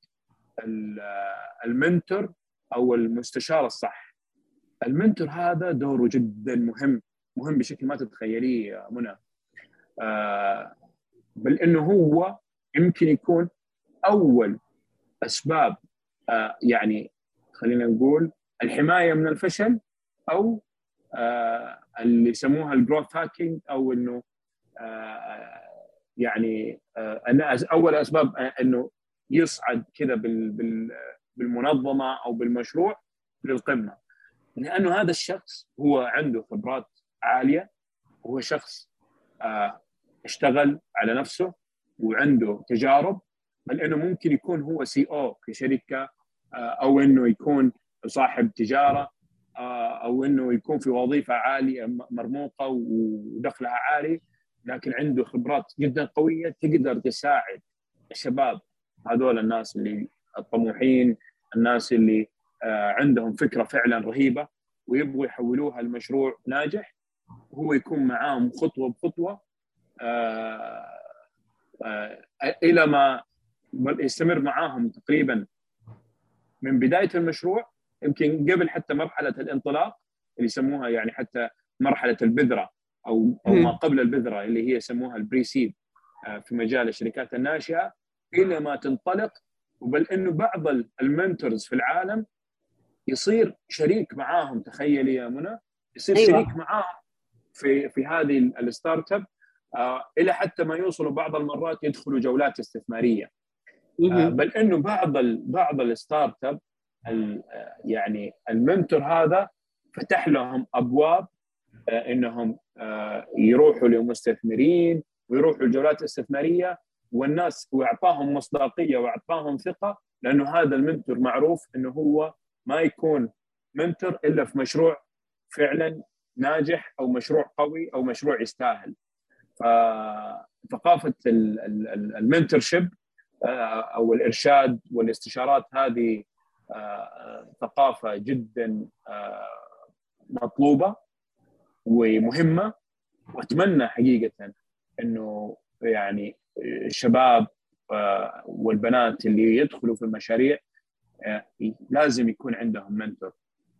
المنتور او المستشار الصح. المنتور هذا دوره جدا مهم، مهم بشكل ما تتخيليه يا منى. بل انه هو يمكن يكون اول اسباب يعني خلينا نقول الحمايه من الفشل، او اللي يسموها الجروث هاكينج، او انه يعني اول اسباب انه يصعد كذا بالمنظمه او بالمشروع للقمه، لانه هذا الشخص هو عنده خبرات عاليه، وهو شخص اشتغل على نفسه وعنده تجارب، بل انه ممكن يكون هو سي او في شركه، او انه يكون صاحب تجاره، او انه يكون في وظيفه عاليه مرموقه ودخلها عالي، لكن عنده خبرات جدا قويه تقدر تساعد الشباب هذول، الناس اللي الطموحين، الناس اللي عندهم فكره فعلا رهيبه ويبغوا يحولوها لمشروع ناجح، وهو يكون معاهم خطوه بخطوه الى ما يستمر معاهم تقريبا من بدايه المشروع، يمكن قبل حتى مرحله الانطلاق اللي يسموها يعني حتى مرحله البذره او او ما قبل البذره اللي هي يسموها البري سيد في مجال الشركات الناشئه، الى ما تنطلق. وبل انه بعض المنتورز في العالم يصير شريك معاهم، تخيلي يا منى، يصير أيوة. شريك معاهم في في هذه الستارت اب، آه الى حتى ما يوصلوا بعض المرات يدخلوا جولات استثماريه. آه بل انه بعض ال بعض الستارت اب يعني المنتور هذا فتح لهم ابواب آه انهم آه يروحوا لمستثمرين ويروحوا لجولات استثماريه، والناس واعطاهم مصداقيه واعطاهم ثقه، لانه هذا المنتور معروف انه هو ما يكون منتور الا في مشروع فعلا ناجح او مشروع قوي او مشروع يستاهل. فثقافه المنتورشيب او الارشاد والاستشارات هذه ثقافه جدا مطلوبه ومهمه، واتمنى حقيقه انه يعني الشباب والبنات اللي يدخلوا في المشاريع لازم يكون عندهم منتور.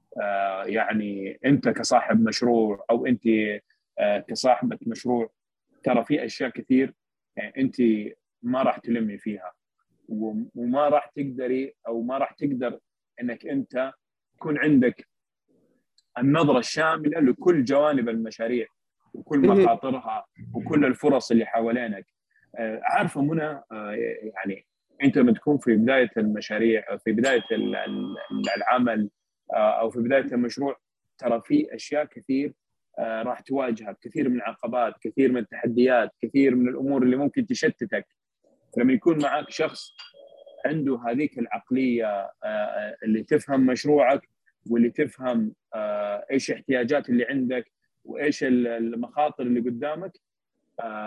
يعني انت كصاحب مشروع او انت كصاحبة مشروع، ترى في اشياء كثير يعني انت ما راح تلمي فيها، وما راح تقدري او ما راح تقدر انك انت يكون عندك النظرة الشاملة لكل جوانب المشاريع وكل مخاطرها وكل الفرص اللي حوالينك. عارفة منى، يعني انت لما تكون في بداية المشاريع، في بداية العمل او في بداية المشروع، ترى في اشياء كثير راح تواجهك، كثير من العقبات، كثير من التحديات، كثير من الامور اللي ممكن تشتتك. لما يكون معك شخص عنده هذيك العقلية اللي تفهم مشروعك، واللي تفهم ايش احتياجات اللي عندك وايش المخاطر اللي قدامك،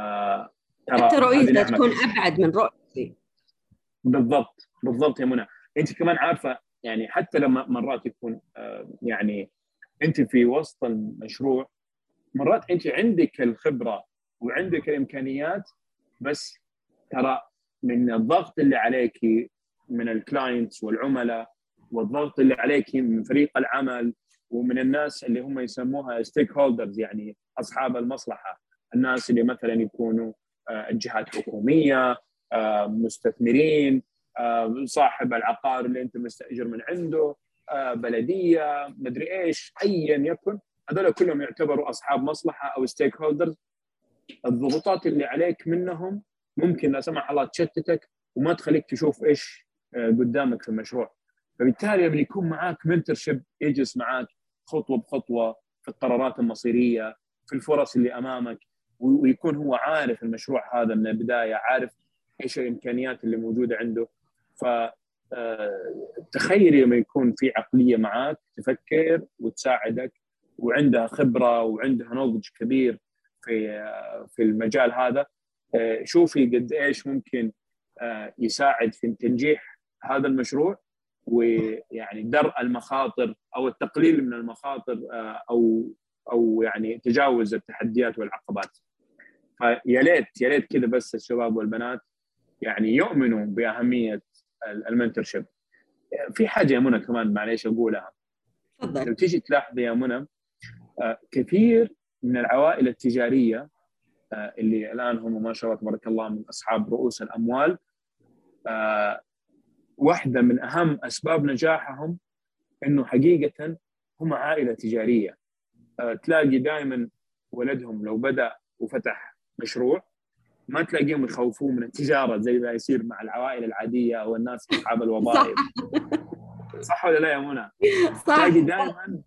حتى رؤيتها تكون ابعد من رؤيتي. بالضبط بالضبط يا منى. انت كمان عارفه يعني حتى لما مرات يكون آه، يعني انت في وسط المشروع، مرات انت عندك الخبره وعندك الامكانيات، بس ترى من الضغط اللي عليك من الكلاينتس والعملاء، والضغط اللي عليك من فريق العمل، ومن الناس اللي هم يسموها ستيك هولدرز، يعني اصحاب المصلحه، الناس اللي مثلا يكونوا آه، جهات حكوميه، آه، مستثمرين، آه، صاحب العقار اللي انت مستاجر من عنده، آه، بلديه، مدري ايش، ايا يكن، هذول كلهم يعتبروا اصحاب مصلحه او ستيك هولدرز. الضغوطات اللي عليك منهم ممكن لا سمح الله تشتتك وما تخليك تشوف ايش آه، قدامك في المشروع. فبالتالي لما يكون معاك منتورشيب يجلس معاك خطوه بخطوه في القرارات المصيريه، في الفرص اللي امامك، ويكون هو عارف المشروع هذا من البدايه، عارف ايش الامكانيات اللي موجوده عنده. ف تخيلي لما يكون في عقليه معاك تفكر وتساعدك، وعندها خبره وعندها نضج كبير في في المجال هذا، شوفي قد ايش ممكن يساعد في تنجيح هذا المشروع، ويعني درء المخاطر او التقليل من المخاطر، او او يعني تجاوز التحديات والعقبات. فيا ليت يا ليت كذا بس الشباب والبنات يعني يؤمنوا باهميه المنتورشيب. في حاجه يا منى كمان معليش اقولها، تفضل. لو تيجي تلاحظي يا منى كثير من العوائل التجاريه اللي الان هم ما شاء الله تبارك الله من اصحاب رؤوس الاموال، واحده من اهم اسباب نجاحهم انه حقيقه هم عائله تجاريه. تلاقي دائما ولدهم لو بدا وفتح مشروع ما تلاقيهم يخوفوه من التجاره زي ما يصير مع العوائل العاديه او الناس اصحاب الوظائف. صح ولا لا يا منى؟ صح. تلاقي دائما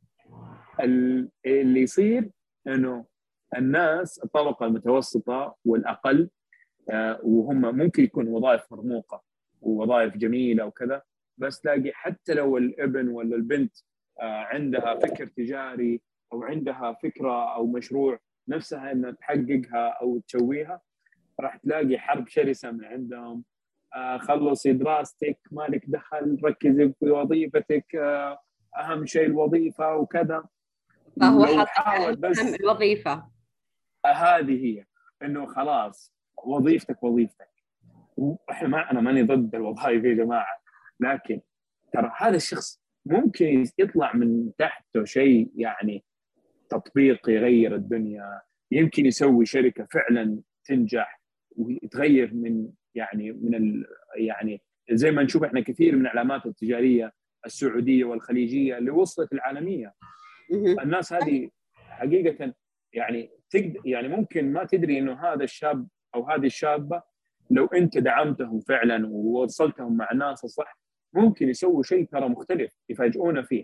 اللي يصير انه الناس الطبقه المتوسطه والاقل، وهم ممكن يكون وظائف مرموقه ووظائف جميله وكذا، بس تلاقي حتى لو الابن ولا البنت عندها فكر تجاري او عندها فكره او مشروع نفسها انها تحققها او تسويها، راح تلاقي حرب شرسه من عندهم. خلصي دراستك، مالك دخل، ركزي في وظيفتك، اهم شيء الوظيفه وكذا. فهو لو حاطط حاول بس الوظيفه هذه هي انه خلاص وظيفتك وظيفتك. واحنا ما انا ماني ضد الوظائف يا جماعه، لكن ترى هذا الشخص ممكن يطلع من تحته شيء يعني تطبيق يغير الدنيا، يمكن يسوي شركه فعلا تنجح ويتغير من يعني من ال يعني زي ما نشوف احنا كثير من العلامات التجاريه السعوديه والخليجيه اللي وصلت العالميه. الناس هذه حقيقه يعني تقدر يعني ممكن ما تدري انه هذا الشاب او هذه الشابه لو انت دعمتهم فعلا ووصلتهم مع الناس الصح ممكن يسووا شيء ترى مختلف يفاجئونا فيه.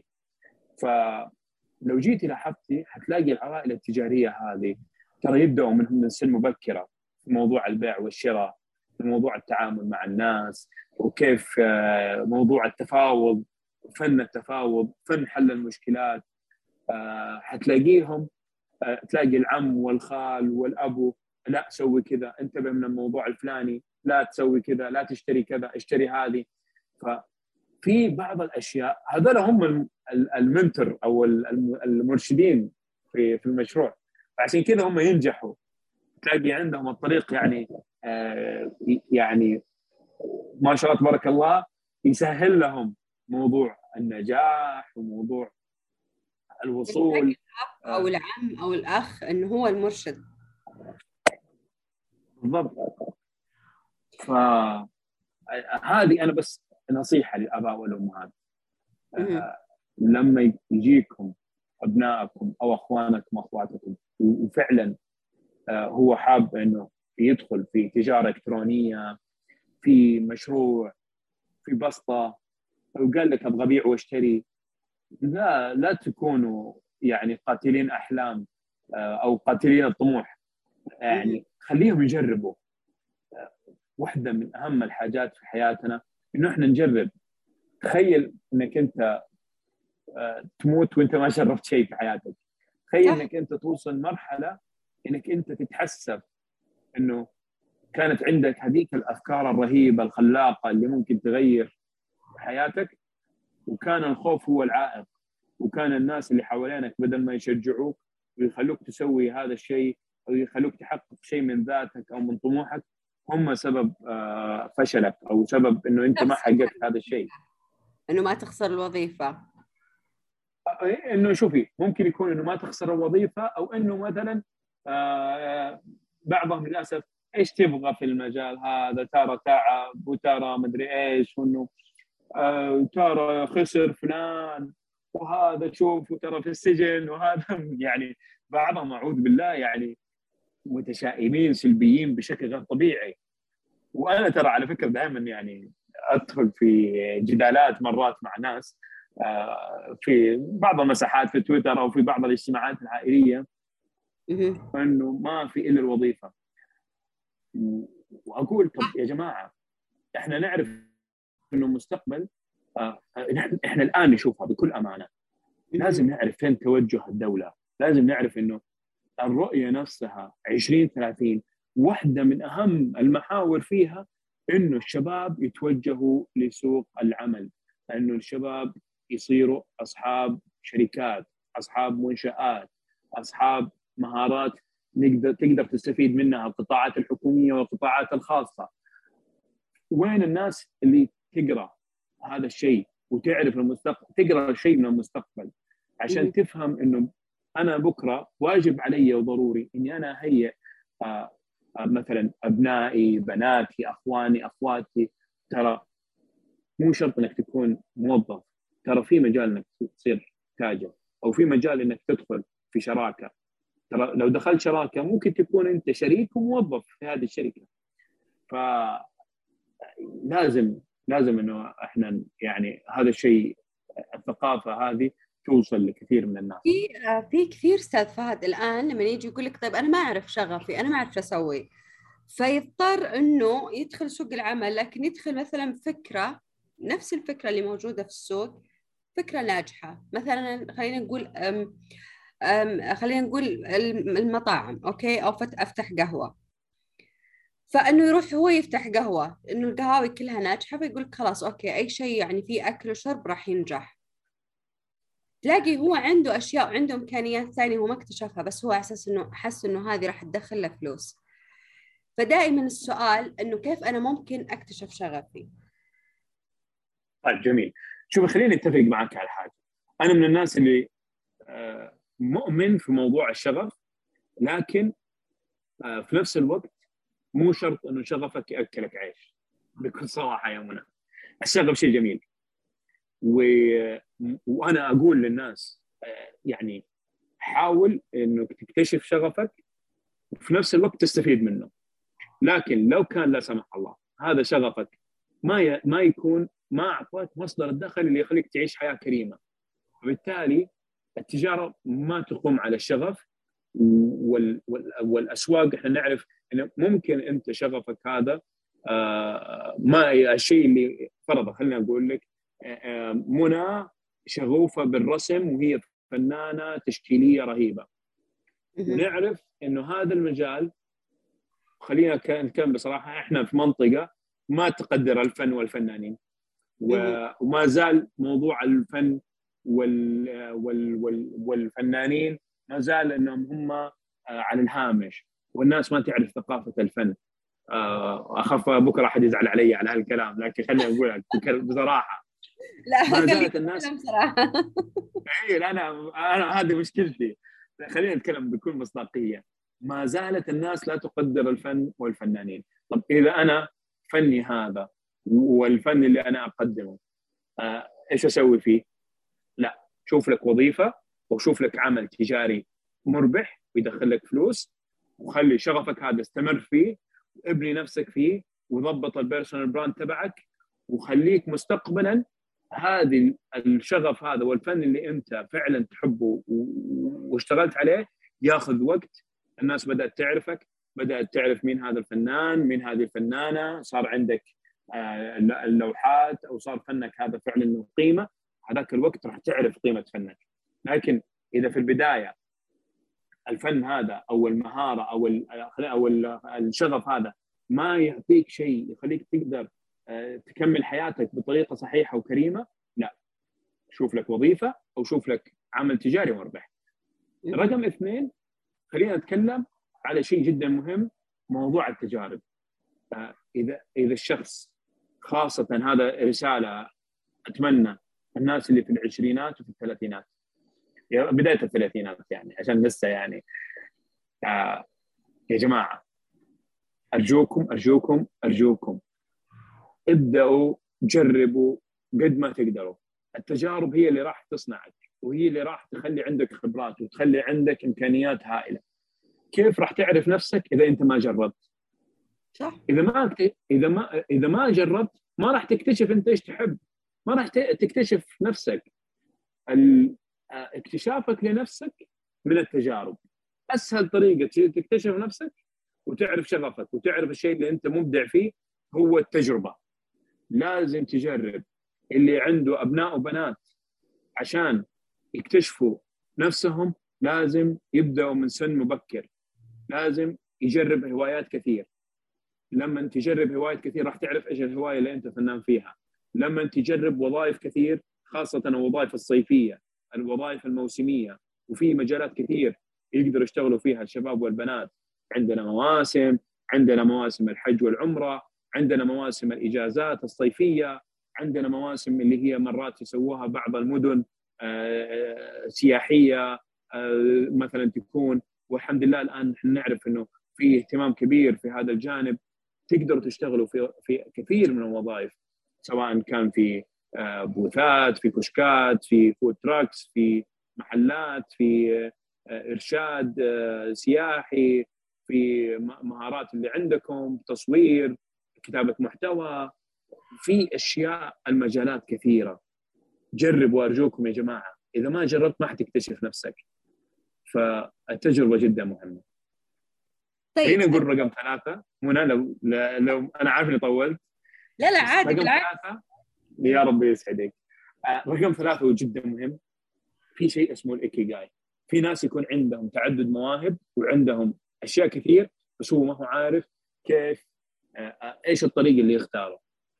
فلو جيتي لاحظتي حتلاقي العوائل التجاريه هذه ترى يبداوا من سن مبكره في موضوع البيع والشراء، في موضوع التعامل مع الناس، وكيف موضوع التفاوض، فن التفاوض، فن حل المشكلات. حتلاقيهم تلاقي العم والخال والابو، لا سوي كذا، انتبه من الموضوع الفلاني، لا تسوي كذا، لا تشتري كذا، اشتري هذه. ففي بعض الاشياء هذول هم المنتور او المرشدين في في المشروع، عشان كذا هم ينجحوا. تلاقي عندهم الطريق يعني آه يعني ما شاء الله تبارك الله يسهل لهم موضوع النجاح وموضوع الوصول. او العم او الاخ انه هو المرشد بالضبط. فهذه انا بس نصيحه للاباء والامهات، آه لما يجيكم ابنائكم او اخوانكم واخواتكم وفعلا آه هو حاب انه يدخل في تجاره الكترونيه، في مشروع، في بسطه، وقال لك ابغى ابيع واشتري، لا لا تكونوا يعني قاتلين احلام او قاتلين الطموح. يعني خليهم يجربوا. واحده من اهم الحاجات في حياتنا انه احنا نجرب. تخيل انك انت تموت وانت ما جربت شيء في حياتك. تخيل انك انت توصل مرحله انك انت تتحسف انه كانت عندك هذيك الافكار الرهيبه الخلاقه اللي ممكن تغير حياتك، وكان الخوف هو العائق، وكان الناس اللي حوالينك بدل ما يشجعوك ويخلوك تسوي هذا الشيء أو يخلوك تحقق شيء من ذاتك أو من طموحك، هم سبب فشلك أو سبب إنه أنت ما حققت هذا الشيء. إنه ما تخسر الوظيفة، إنه شوفي ممكن يكون إنه ما تخسر الوظيفة، أو إنه مثلا بعضهم للأسف إيش تبغى في المجال هذا، ترى تعب وترى مدري إيش، وإنه ترى خسر فلان وهذا شوف وترى في السجن وهذا يعني بعضهم أعوذ بالله يعني متشائمين سلبيين بشكل غير طبيعي. وأنا ترى على فكرة دائما يعني أدخل في جدالات مرات مع ناس في بعض المساحات في تويتر أو في بعض الاجتماعات العائلية أنه ما في إلا الوظيفة، وأقول طب يا جماعة إحنا نعرف إنه المستقبل إحنا الآن نشوفها بكل أمانة، لازم نعرف فين توجه الدولة، لازم نعرف إنه الرؤية نفسها عشرين ثلاثين واحدة من أهم المحاور فيها إنه الشباب يتوجهوا لسوق العمل، إنه الشباب يصيروا أصحاب شركات، أصحاب منشآت، أصحاب مهارات نقدر تقدر تستفيد منها القطاعات الحكومية والقطاعات الخاصة. وين الناس اللي تقرأ هذا الشيء وتعرف المستقبل، تقرأ شيء من المستقبل عشان تفهم إنه أنا بكرة واجب علي وضروري إني أنا أهيئ آه آه مثلا أبنائي، بناتي، أخواني، أخواتي. ترى مو شرط إنك تكون موظف، ترى في مجال إنك تصير تاجر، أو في مجال إنك تدخل في شراكة. ترى لو دخلت شراكة ممكن تكون أنت شريك وموظف في هذه الشركة. فلازم لازم إنه إحنا يعني هذا الشيء، الثقافة هذه توصل لكثير من الناس. في في كثير استاذ فهد الان لما يجي يقول لك طيب انا ما اعرف شغفي، انا ما اعرف شو اسوي، فيضطر انه يدخل سوق العمل، لكن يدخل مثلا فكره نفس الفكره اللي موجوده في السوق، فكره ناجحه. مثلا خلينا نقول أم أم خلينا نقول المطاعم، اوكي، او افتح قهوه، فانه يروح هو يفتح قهوه، انه القهاوي كلها ناجحه، فيقول لك خلاص اوكي اي شيء يعني فيه اكل وشرب راح ينجح. تلاقي هو عنده أشياء وعنده إمكانيات ثانية هو ما اكتشفها، بس هو على أساس إنه حس إنه هذه راح تدخل له فلوس. فدائما السؤال إنه كيف أنا ممكن أكتشف شغفي. طيب جميل. شوف خليني أتفق معك على حاجة. أنا من الناس اللي مؤمن في موضوع الشغف، لكن في نفس الوقت مو شرط إنه شغفك يأكلك عيش. بكل صراحة يا منى، الشغف شيء جميل، و... وأنا أقول للناس يعني حاول إنك تكتشف شغفك وفي نفس الوقت تستفيد منه. لكن لو كان لا سمح الله هذا شغفك ما ي... ما يكون ما أعطاك مصدر الدخل اللي يخليك تعيش حياة كريمة، وبالتالي التجارة ما تقوم على الشغف. وال... وال... والأسواق احنا نعرف إنه ممكن أنت شغفك هذا آه ما الشيء اللي فرضه. خلينا أقول لك آه منى شغوفة بالرسم وهي فنانة تشكيلية رهيبة، ونعرف إنه هذا المجال، خلينا نتكلم بصراحة، إحنا في منطقة ما تقدر الفن والفنانين، وما زال موضوع الفن وال وال وال والفنانين ما زال إنهم هم على الهامش، والناس ما تعرف ثقافة الفن. أخاف بكرة أحد يزعل علي على هالكلام، لكن خليني أقول لك بصراحة لا ما زالت الناس بصراحة أنا أنا هذه مشكلتي. خلينا نتكلم بكل مصداقية. ما زالت الناس لا تقدر الفن والفنانين. طب إذا أنا فني هذا والفن اللي أنا أقدمه آه، إيش أسوي فيه؟ لا، شوف لك وظيفة وشوف لك عمل تجاري مربح ويدخل لك فلوس، وخلي شغفك هذا استمر فيه وابني نفسك فيه وضبط البيرسونال براند تبعك، وخليك مستقبلا هذه الشغف هذا والفن اللي أنت فعلا تحبه واشتغلت عليه ياخذ وقت. الناس بدأت تعرفك، بدأت تعرف مين هذا الفنان، مين هذه الفنانة، صار عندك اللوحات أو صار فنك هذا فعلا له قيمة. هذاك الوقت راح تعرف قيمة فنك. لكن إذا في البداية الفن هذا أو المهارة أو أو الشغف هذا ما يعطيك شيء يخليك تقدر تكمل حياتك بطريقه صحيحه وكريمه، لا، شوف لك وظيفه او شوف لك عمل تجاري مربح. رقم اثنين، خلينا نتكلم على شيء جدا مهم، موضوع التجارب. اذا اذا الشخص، خاصه هذا رساله اتمنى الناس اللي في العشرينات وفي الثلاثينات، بدايه الثلاثينات يعني، عشان لسه يعني آه يا جماعه، ارجوكم ارجوكم ارجوكم ابداوا جربوا قد ما تقدروا. التجارب هي اللي راح تصنعك، وهي اللي راح تخلي عندك خبرات وتخلي عندك امكانيات هائله. كيف راح تعرف نفسك اذا انت ما جربت؟ صح. اذا ما اذا ما اذا ما جربت ما راح تكتشف انت ايش تحب، ما راح تكتشف نفسك. اكتشافك لنفسك من التجارب. اسهل طريقه تكتشف نفسك وتعرف شغفك وتعرف الشيء اللي انت مبدع فيه هو التجربه. لازم تجرب. اللي عنده ابناء وبنات عشان يكتشفوا نفسهم لازم يبداوا من سن مبكر، لازم يجرب هوايات كثير. لما تجرب هوايات كثير راح تعرف ايش الهوايه اللي انت فنان فيها. لما تجرب وظائف كثير، خاصه الوظائف الصيفيه، الوظائف الموسميه، وفي مجالات كثير يقدروا يشتغلوا فيها الشباب والبنات. عندنا مواسم، عندنا مواسم الحج والعمره، عندنا مواسم الاجازات الصيفيه، عندنا مواسم اللي هي مرات يسووها بعض المدن آه سياحيه آه مثلا تكون. والحمد لله الان نحن نعرف انه في اهتمام كبير في هذا الجانب. تقدروا تشتغلوا في في كثير من الوظائف، سواء كان في بوثات، في كشكات، في فود تراكس، في محلات، في ارشاد سياحي، في مهارات اللي عندكم، تصوير، كتابه محتوى، في اشياء، المجالات كثيره. جربوا ارجوكم يا جماعه، اذا ما جربت ما حتكتشف نفسك. فالتجربه جدا مهمه. طيب خلينا نقول رقم ثلاثة منى، لو لو أنا عارف إني طولت. لا لا عادي رقم بالعكس. ثلاثة يا رب يسعدك. رقم ثلاثة وجدا مهم، في شيء اسمه الإيكيغاي. في ناس يكون عندهم تعدد مواهب وعندهم أشياء كثير، بس هو ما هو عارف كيف إيش الطريق اللي يختاره.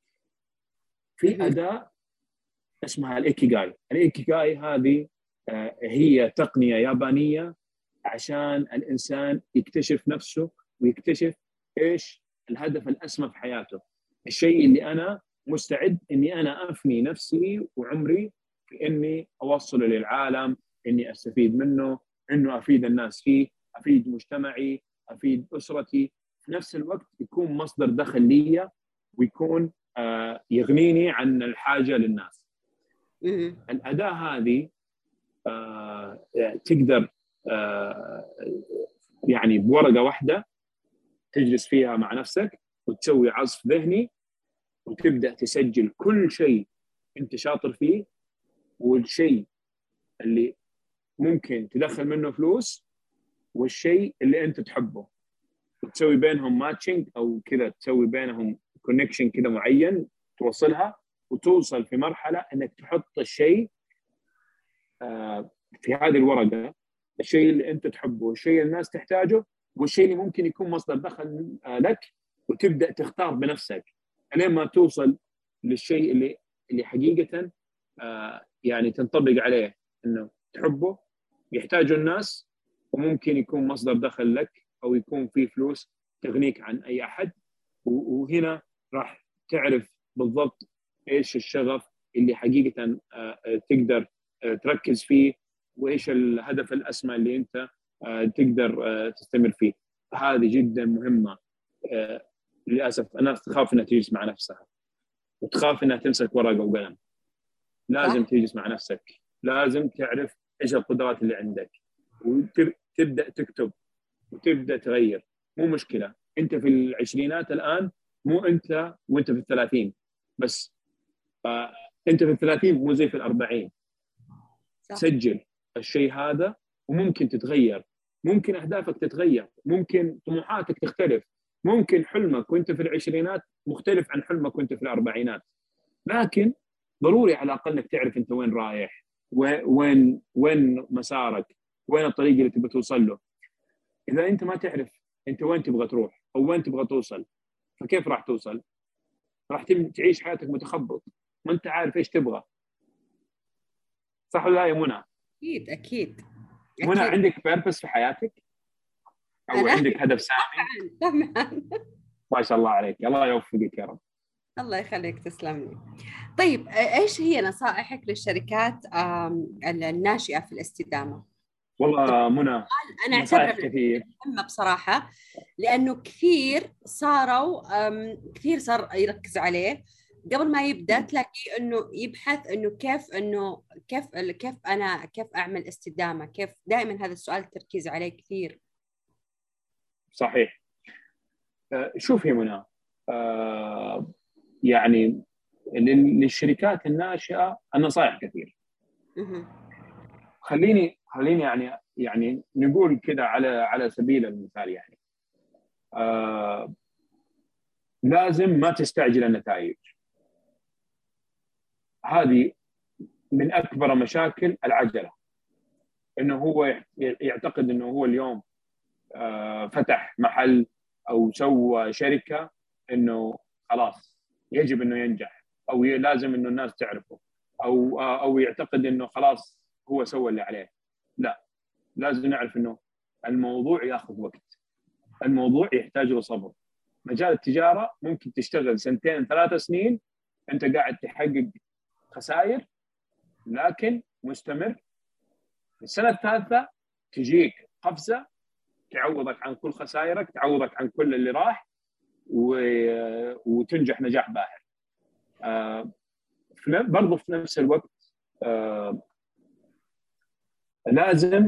في أداة اسمها الإيكيغاي. الإيكيغاي هذه هي تقنية يابانية عشان الإنسان يكتشف نفسه ويكتشف إيش الهدف الأسمى في حياته، الشيء اللي أنا مستعد إني أنا أفني نفسي وعمري في إني أوصله للعالم، إني أستفيد منه، إنه أفيد الناس فيه، أفيد مجتمعي، أفيد أسرتي، في نفس الوقت يكون مصدر دخل لي ويكون آه يغنيني عن الحاجة للناس. الأداة هذه آه تقدر آه يعني بورقة واحدة تجلس فيها مع نفسك وتسوي عصف ذهني وتبدأ تسجل كل شيء أنت شاطر فيه والشيء اللي ممكن تدخل منه فلوس والشيء اللي أنت تحبه، وتسوي بينهم ماتشنج أو كذا، تسوي بينهم كونكشن كذا معين توصلها، وتوصل في مرحلة أنك تحط الشيء آه في هذه الورقة، الشيء اللي أنت تحبه والشيء اللي الناس تحتاجه والشيء اللي ممكن يكون مصدر دخل آه لك، وتبدأ تختار بنفسك لين ما توصل للشيء اللي اللي حقيقة آه يعني تنطبق عليه، إنه تحبه، يحتاجه الناس، وممكن يكون مصدر دخل لك أو يكون فيه فلوس تغنيك عن أي أحد. وهنا راح تعرف بالضبط إيش الشغف اللي حقيقة آه تقدر آه تركز فيه، وإيش الهدف الأسمى اللي أنت آه تقدر آه تستمر فيه. هذه جدا مهمة. آه للأسف الناس تخاف أنها تجلس مع نفسها وتخاف أنها تمسك ورقة وقلم. لازم تجلس مع نفسك، لازم تعرف إيش القدرات اللي عندك وتبدأ تكتب وتبدأ تغير. مو مشكلة أنت في العشرينات الآن، مو أنت وأنت في الثلاثين، بس آه أنت في الثلاثين مو زي في الأربعين. صح. سجل الشيء هذا وممكن تتغير، ممكن أهدافك تتغير، ممكن طموحاتك تختلف، ممكن حلمك وانت في العشرينات مختلف عن حلمك وانت في الأربعينات، لكن ضروري على الأقل انك تعرف انت وين رايح، وين وين مسارك، وين الطريق اللي تبغى توصل له. إذا انت ما تعرف انت وين تبغى تروح او وين تبغى توصل، فكيف راح توصل؟ راح تعيش حياتك متخبط، ما انت عارف ايش تبغى. صح ولا لا يا منى؟ اكيد اكيد منى، اكيد. عندك بيربس في حياتك او انا عندك هدف سامي؟ طبعا طبعا. ما شاء الله عليك، الله يوفقك يا رب. الله يخليك، تسلم لي. طيب ايش هي نصائحك للشركات آم، الناشئة في الاستدامة؟ والله منى، انا اعتبره نصائح من كثير. مهمة بصراحة، لانه كثير صاروا آم، كثير صار يركز عليه قبل ما يبدا. تلاقيه انه يبحث انه كيف انه كيف كيف انا كيف اعمل استدامة، كيف دائما هذا السؤال التركيز عليه كثير. صحيح. آه، شوف يا منى، آه، يعني لل- للشركات الناشئة النصائح كثير. مهم. خليني خليني يعني يعني نقول كذا على على سبيل المثال، يعني آه لازم ما تستعجل النتائج. هذه من أكبر مشاكل العجلة، إنه هو يعتقد إنه هو اليوم آه فتح محل أو سوى شركة، إنه خلاص يجب إنه ينجح، أو لازم إنه الناس تعرفه، أو آه أو يعتقد إنه خلاص هو سوى اللي عليه. لا، لازم نعرف إنه الموضوع ياخذ وقت، الموضوع يحتاج له صبر. مجال التجارة ممكن تشتغل سنتين ثلاث سنين أنت قاعد تحقق خسائر، لكن مستمر. السنة الثالثة تجيك قفزة تعوضك عن كل خسائرك، تعوضك عن كل اللي راح، و... وتنجح نجاح باهر. آه برضو في نفس الوقت آه لازم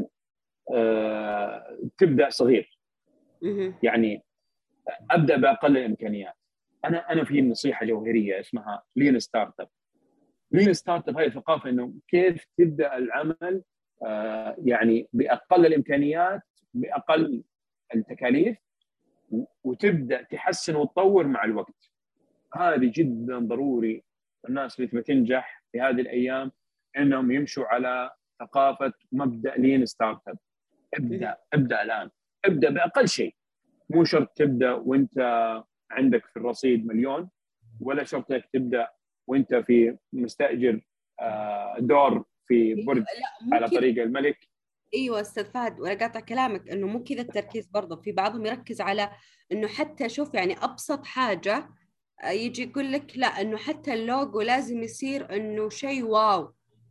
آه تبدأ صغير. مهم. يعني أبدأ بأقل الإمكانيات. أنا أنا في نصيحة جوهرية اسمها لين ستارت اب. لين ستارت اب هاي ثقافة إنه كيف تبدأ العمل آه يعني بأقل الإمكانيات، بأقل التكاليف، وتبدأ تحسن وتطور مع الوقت. هذه جدا ضروري. الناس اللي تبغى تنجح في هذه الأيام إنهم يمشوا على ثقافة مبدأ لين ستارت اب. مهم. ابدأ ابدأ الآن، ابدأ بأقل شيء. مو شرط تبدأ وانت عندك في الرصيد مليون، ولا شرط انك تبدأ وانت في مستأجر آه، دور في ايوه، برج لا مو على كذا. طريق الملك. ايوه استاذ فهد، ولا قاطع كلامك، انه مو كذا التركيز برضه. في بعضهم يركز على انه حتى شوف يعني ابسط حاجه آه، يجي يقول لك لا انه حتى اللوجو لازم يصير انه شيء واو.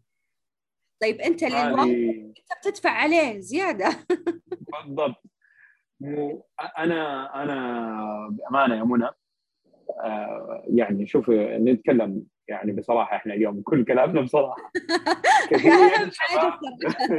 طيب انت اللي الواو هذه انت بتدفع عليه زياده. بالضبط. مو انا انا بامانه يا منى، آه، يعني شوف نتكلم يعني بصراحه، احنا اليوم كل كلامنا بصراحه. كثير اهم حاجه شباب الصراحه.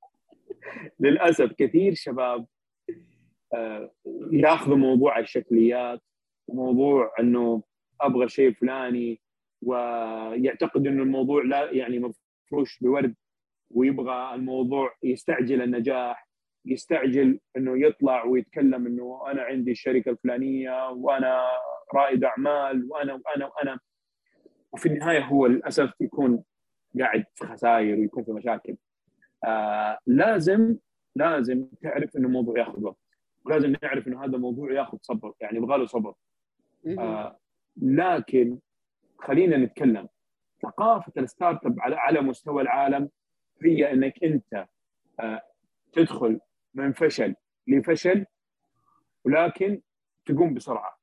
للاسف كثير شباب آه، ياخذوا موضوع الشكليات وموضوع انه ابغى شيء فلاني، ويعتقد انه الموضوع لا يعني مفروش بورد، ويبغى الموضوع يستعجل النجاح، يستعجل انه يطلع ويتكلم انه انا عندي الشركه الفلانيه وانا رائد اعمال وانا وانا وانا. وفي النهايه هو للاسف يكون قاعد في خسائر ويكون في مشاكل. آه لازم لازم تعرف انه الموضوع ياخذ وقت، ولازم نعرف انه هذا الموضوع ياخذ صبر، يعني يبغى له صبر. مهم. آه لكن خلينا نتكلم، ثقافه الستارت اب على على مستوى العالم هي انك انت آه تدخل من فشل لفشل، ولكن تقوم بسرعه،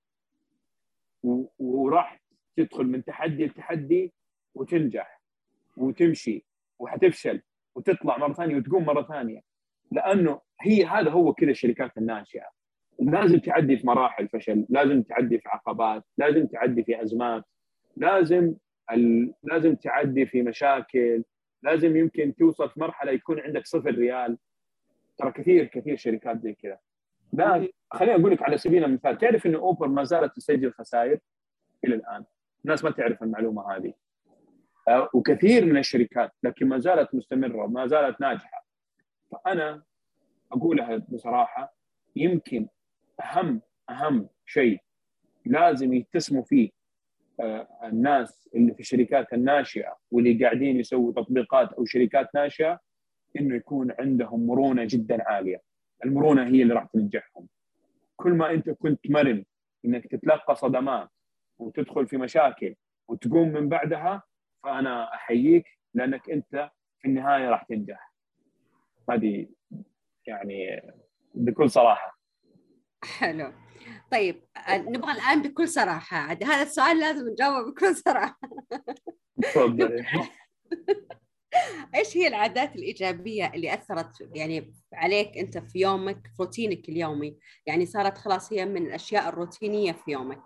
و- وراح تدخل من تحدي لتحدي وتنجح وتمشي وحتفشل وتطلع مره ثانيه وتقوم مره ثانيه. لانه هي هذا هو كذا الشركات الناشئه. لازم تعدي في مراحل فشل، لازم تعدي في عقبات، لازم تعدي في ازمات، لازم ال... لازم تعدي في مشاكل، لازم يمكن توصل في مرحله يكون عندك صفر ريال. ترى كثير كثير شركات زي كذا. لا، مهم. خليني اقول لك على سبيل المثال، تعرف انه اوبر ما زالت تسجل خسائر الى الان؟ الناس ما تعرف المعلومه هذه. آه، وكثير من الشركات لكن ما زالت مستمره، ما زالت ناجحه. فانا اقولها بصراحه، يمكن اهم اهم شيء لازم يتسموا فيه آه، الناس اللي في الشركات الناشئه واللي قاعدين يسووا تطبيقات او شركات ناشئه، انه يكون عندهم مرونه جدا عاليه. المرونه هي اللي راح تنجحهم. كل ما انت كنت مرن انك تتلقى صدمات وتدخل في مشاكل وتقوم من بعدها، فأنا أحييك لأنك أنت في النهاية راح تنجح. هذه يعني بكل صراحة. حلو. طيب نبغى الآن بكل صراحة، عاد هذا السؤال لازم نجاوبه بكل صراحة. تفضل. إيش هي العادات الإيجابية اللي أثرت يعني عليك أنت في يومك، في روتينك اليومي، يعني صارت خلاص هي من الأشياء الروتينية في يومك؟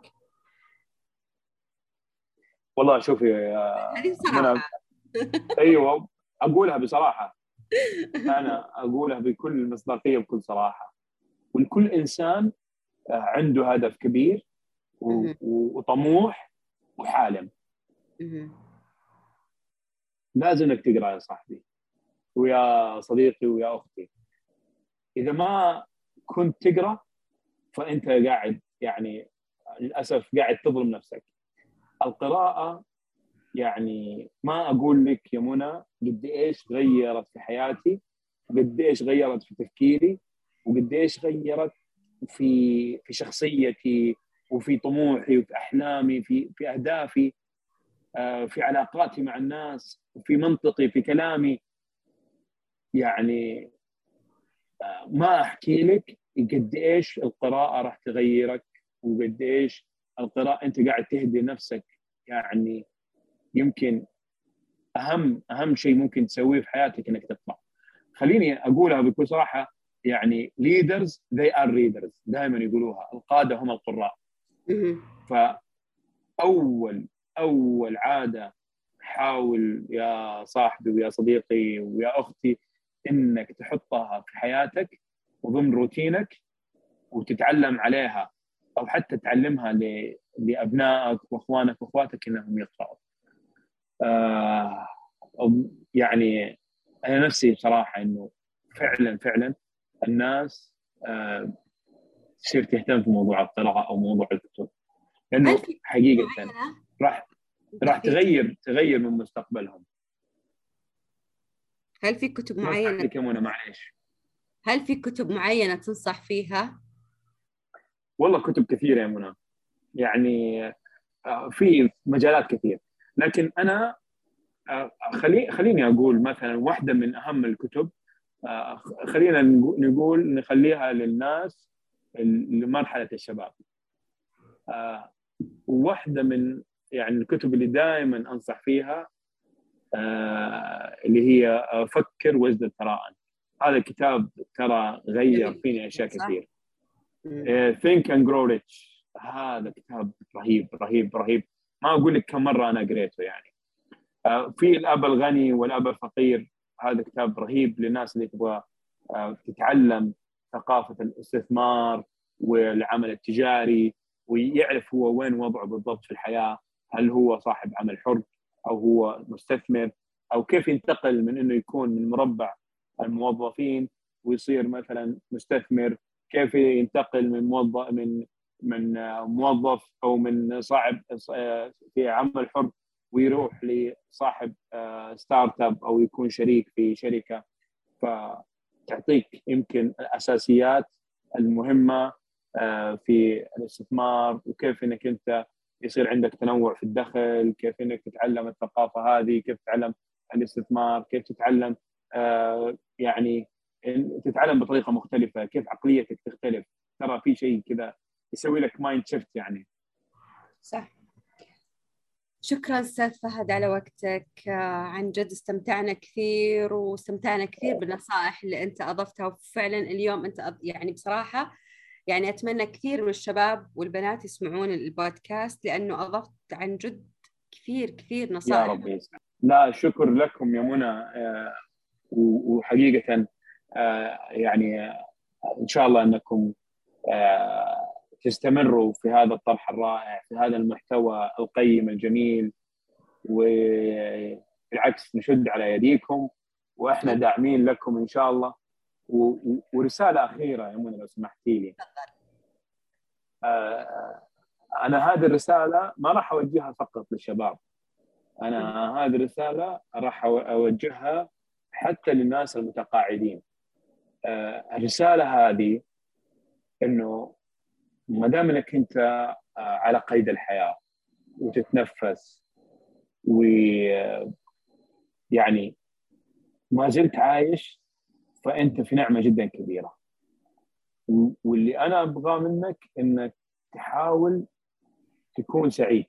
والله شوفي يا هذه منى، صراحة. أيوة أقولها بصراحة، أنا أقولها بكل مصداقية بكل صراحة. ولكل إنسان عنده هدف كبير وطموح وحالم، لازم انك تقرا يا صاحبي ويا صديقي ويا اختي. اذا ما كنت تقرا فانت قاعد يعني للاسف قاعد تظلم نفسك. القراءه يعني ما اقول لك يا منى قد ايش غيرت في حياتي، قد ايش غيرت في تفكيري، وقد ايش غيرت في في شخصيتي وفي طموحي وفي احلامي، في في اهدافي، في علاقاتي مع الناس، في منطقي، في كلامي. يعني ما احكي لك قد ايش القراءه راح تغيرك، وقد ايش القراءه انت قاعد تهدي نفسك. يعني يمكن اهم اهم شيء ممكن تسويه في حياتك انك تقرا. خليني اقولها بكل صراحه، يعني leaders they are readers، دائما يقولوها القاده هم القراء. فاول اول عاده حاول يا صاحبي ويا صديقي ويا اختي انك تحطها في حياتك وضمن روتينك وتتعلم عليها، او حتى تعلمها لابنائك واخوانك واخواتك انهم يقراوا. آه يعني انا نفسي بصراحه انه فعلا فعلا الناس آه تصير تهتم في موضوع القراءه او موضوع الكتب، هل لانه في حقيقه راح راح في تغير تغير من مستقبلهم. هل في كتب ما سمعت معينة لك يا منى، معليش. هل في كتب معينة تنصح فيها؟ والله كتب كثيره يا منى، يعني في مجالات كثير، لكن انا خلي خليني اقول مثلا واحده من اهم الكتب. خلينا نقول نخليها للناس لمرحله الشباب. واحده من يعني الكتب اللي دائما انصح فيها اللي هي فكر وازدد ثراء. هذا الكتاب ترى غير فيني اشياء كثير. Think and Grow Rich، هذا كتاب رهيب رهيب رهيب، ما اقول لك كم مره انا قريته. يعني في الاب الغني والاب الفقير، هذا كتاب رهيب للناس اللي تبغى تتعلم ثقافه الاستثمار والعمل التجاري، ويعرف هو وين وضعه بالضبط في الحياه، هل هو صاحب عمل حر او هو مستثمر، او كيف ينتقل من انه يكون من مربع الموظفين ويصير مثلا مستثمر، كيف ينتقل من موظف من من موظف او من صاحب في عمل حر ويروح لصاحب ستارت اب او يكون شريك في شركه. فتعطيك يمكن الاساسيات المهمه في الاستثمار، وكيف انك انت يصير عندك تنوع في الدخل، كيف انك تتعلم الثقافه هذه، كيف تتعلم الاستثمار، كيف تتعلم يعني تتعلم بطريقه مختلفه، كيف عقليتك تختلف. ترى في شيء كذا يسوي لك مايند شيفت يعني. صح. شكرا أستاذ فهد على وقتك، عن جد استمتعنا كثير واستمتعنا كثير بالنصائح اللي أنت أضفتها، وفعلا اليوم أنت يعني بصراحة يعني أتمنى كثير من الشباب والبنات يسمعون البودكاست، لأنه أضفت عن جد كثير كثير نصائح. يا رب يسعدك. لا شكر لكم يا منى، وحقيقة يعني إن شاء الله أنكم تستمروا في هذا الطرح الرائع، في هذا المحتوى القيم الجميل، وبالعكس نشد على يديكم وإحنا داعمين لكم إن شاء الله. ورسالة أخيرة يا منى لو سمحتي لي، أنا هذه الرسالة ما راح أوجهها فقط للشباب، أنا هذه الرسالة راح أوجهها حتى للناس المتقاعدين. الرسالة هذه إنه ما دام إنك أنت على قيد الحياة وتتنفس، ويعني ما زلت عايش، فأنت في نعمة جدا كبيرة. واللي أنا أبغاه منك إنك تحاول تكون سعيد،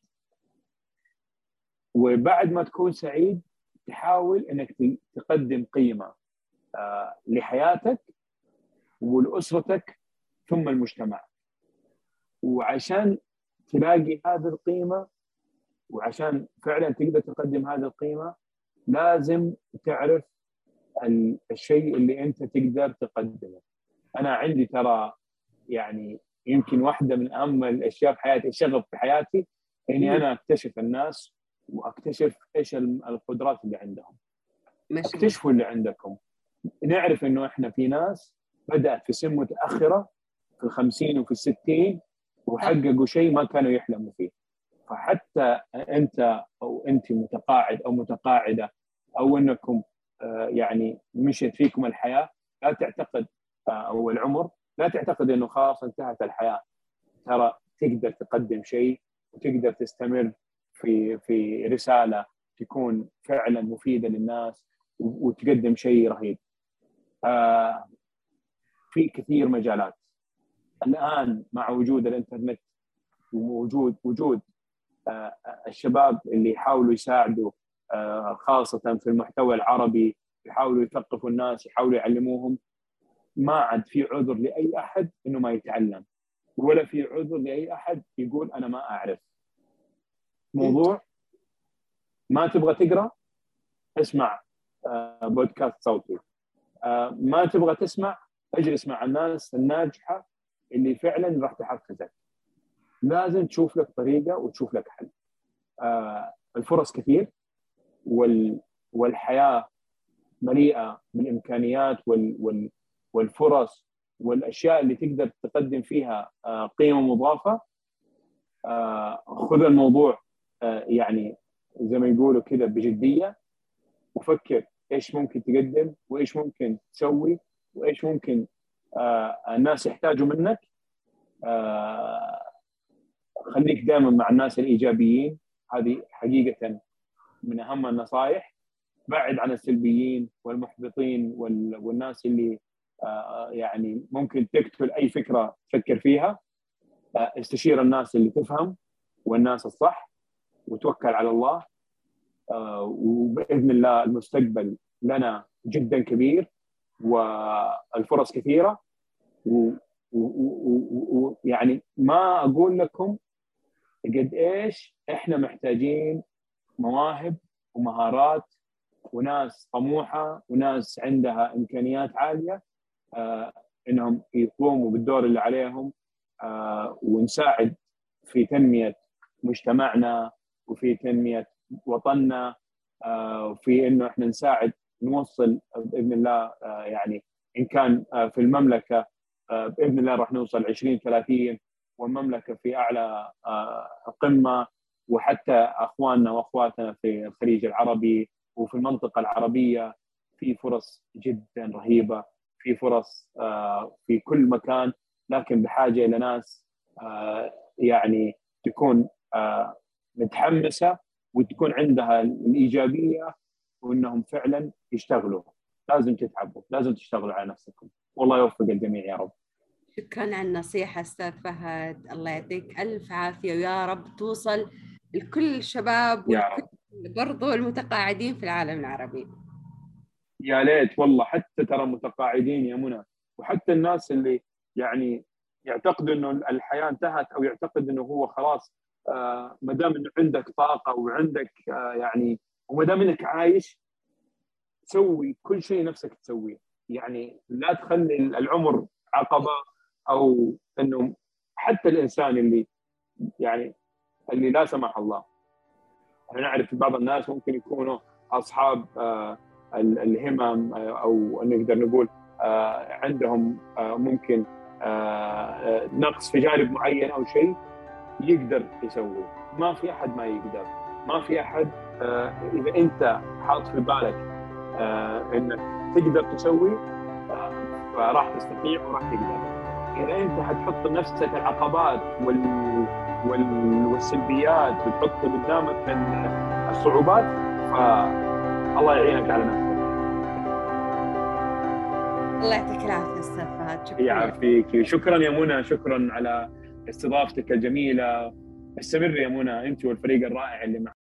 وبعد ما تكون سعيد تحاول إنك تقدم قيمة لحياتك ولأسرتك ثم المجتمع. وعشان تلاقي هذه القيمة وعشان فعلا تقدر تقدم هذه القيمة لازم تعرف الشيء اللي أنت تقدر تقدمه. أنا عندي ترى يعني يمكن واحدة من أهم الأشياء في حياتي، الشغف في حياتي، إني أنا أكتشف الناس وأكتشف إيش القدرات اللي عندهم. اكتشفوا اللي عندكم. نعرف إنه إحنا في ناس بدأت في سن متأخرة في الخمسين وفي الستين وحققوا شيء ما كانوا يحلموا فيه. فحتى أنت أو أنت متقاعد أو متقاعدة أو أنكم يعني مشيت فيكم الحياة، لا تعتقد أو العمر لا تعتقد أنه خلاص انتهت الحياة. ترى تقدر تقدم شيء وتقدر تستمر في في رسالة تكون فعلا مفيدة للناس وتقدم شيء رهيب. آه في كثير مجالات الآن مع وجود الإنترنت ووجود وجود آه الشباب اللي يحاولوا يساعدوا آه خاصة في المحتوى العربي، يحاولوا يثقفوا الناس، يحاولوا يعلموهم. ما عاد في عذر لأي أحد إنه ما يتعلم، ولا في عذر لأي أحد يقول أنا ما أعرف. موضوع ما تبغى تقرأ، اسمع آه بودكاست صوتي. آه ما تبغى تسمع، اجلس مع الناس الناجحة اللي فعلا راح تحفزك. لازم تشوف لك طريقة وتشوف لك حل. آه الفرص كثير وال والحياة مليئة بالإمكانيات وال وال والفرص والأشياء اللي تقدر تقدم فيها آه قيمة مضافة. آه خذ الموضوع آه يعني زي ما يقولوا كذا بجدية، وفكر إيش ممكن تقدم وإيش ممكن تسوي وإيش ممكن آه الناس يحتاجوا منك. آه خليك دائما مع الناس الإيجابيين، هذه حقيقة من أهم النصائح. بعد عن السلبيين والمحبطين والناس اللي آه يعني ممكن تقتل أي فكرة تفكر فيها. آه استشير الناس اللي تفهم والناس الصح، وتوكل على الله. آه وبإذن الله المستقبل لنا جدا كبير والفرص كثيرة. ويعني ما أقول لكم قد إيش إحنا محتاجين مواهب ومهارات وناس طموحة وناس عندها إمكانيات عالية آه إنهم يقوموا بالدور اللي عليهم. آه ونساعد في تنمية مجتمعنا وفي تنمية وطننا، آه وفي إنه إحنا نساعد نوصل بإذن الله آه يعني إن كان آه في المملكة آه بإذن الله راح نوصل عشرين ثلاثين، والمملكة في أعلى آه قمة، وحتى أخواننا وأخواتنا في الخليج العربي وفي المنطقة العربية في فرص جدا رهيبة، في فرص آه في كل مكان. لكن بحاجة إلى ناس آه يعني تكون آه متحمسة وتكون عندها الإيجابية وإنهم فعلا يشتغلوا. لازم تتعبوا، لازم تشتغلوا على نفسكم. والله يوفق الجميع يا رب. شكرا على النصيحة أستاذ فهد، الله يعطيك ألف عافية، ويا رب توصل لكل الشباب والكل برضو المتقاعدين في العالم العربي. يا ليت والله، حتى ترى متقاعدين يا منى، وحتى الناس اللي يعني يعتقدوا انه الحياه انتهت او يعتقد انه هو خلاص آه ما دام انه عندك طاقه وعندك آه يعني وما دام انك عايش، سوي كل شيء نفسك تسويه. يعني لا تخلي العمر عقبه، او انه حتى الانسان اللي يعني اللي لا سمح الله، احنا نعرف بعض الناس ممكن يكونوا اصحاب آه الهمم او نقدر نقول آه عندهم آه ممكن آه نقص في جانب معين او شيء يقدر يسوي. ما في احد ما يقدر، ما في احد آه اذا انت حاط في بالك آه انك تقدر تسوي آه فراح تستطيع وراح تقدر. اذا انت حتحط لنفسك العقبات وال... وال... والسلبيات وتحط قدامك من الصعوبات، فالله يعينك على نفسك. الله يعطيك العافيه استاذ فهد. شكرا. يعافيك. شكرا يا منى، شكرا على استضافتك الجميله. استمر يا منى انت والفريق الرائع اللي معك.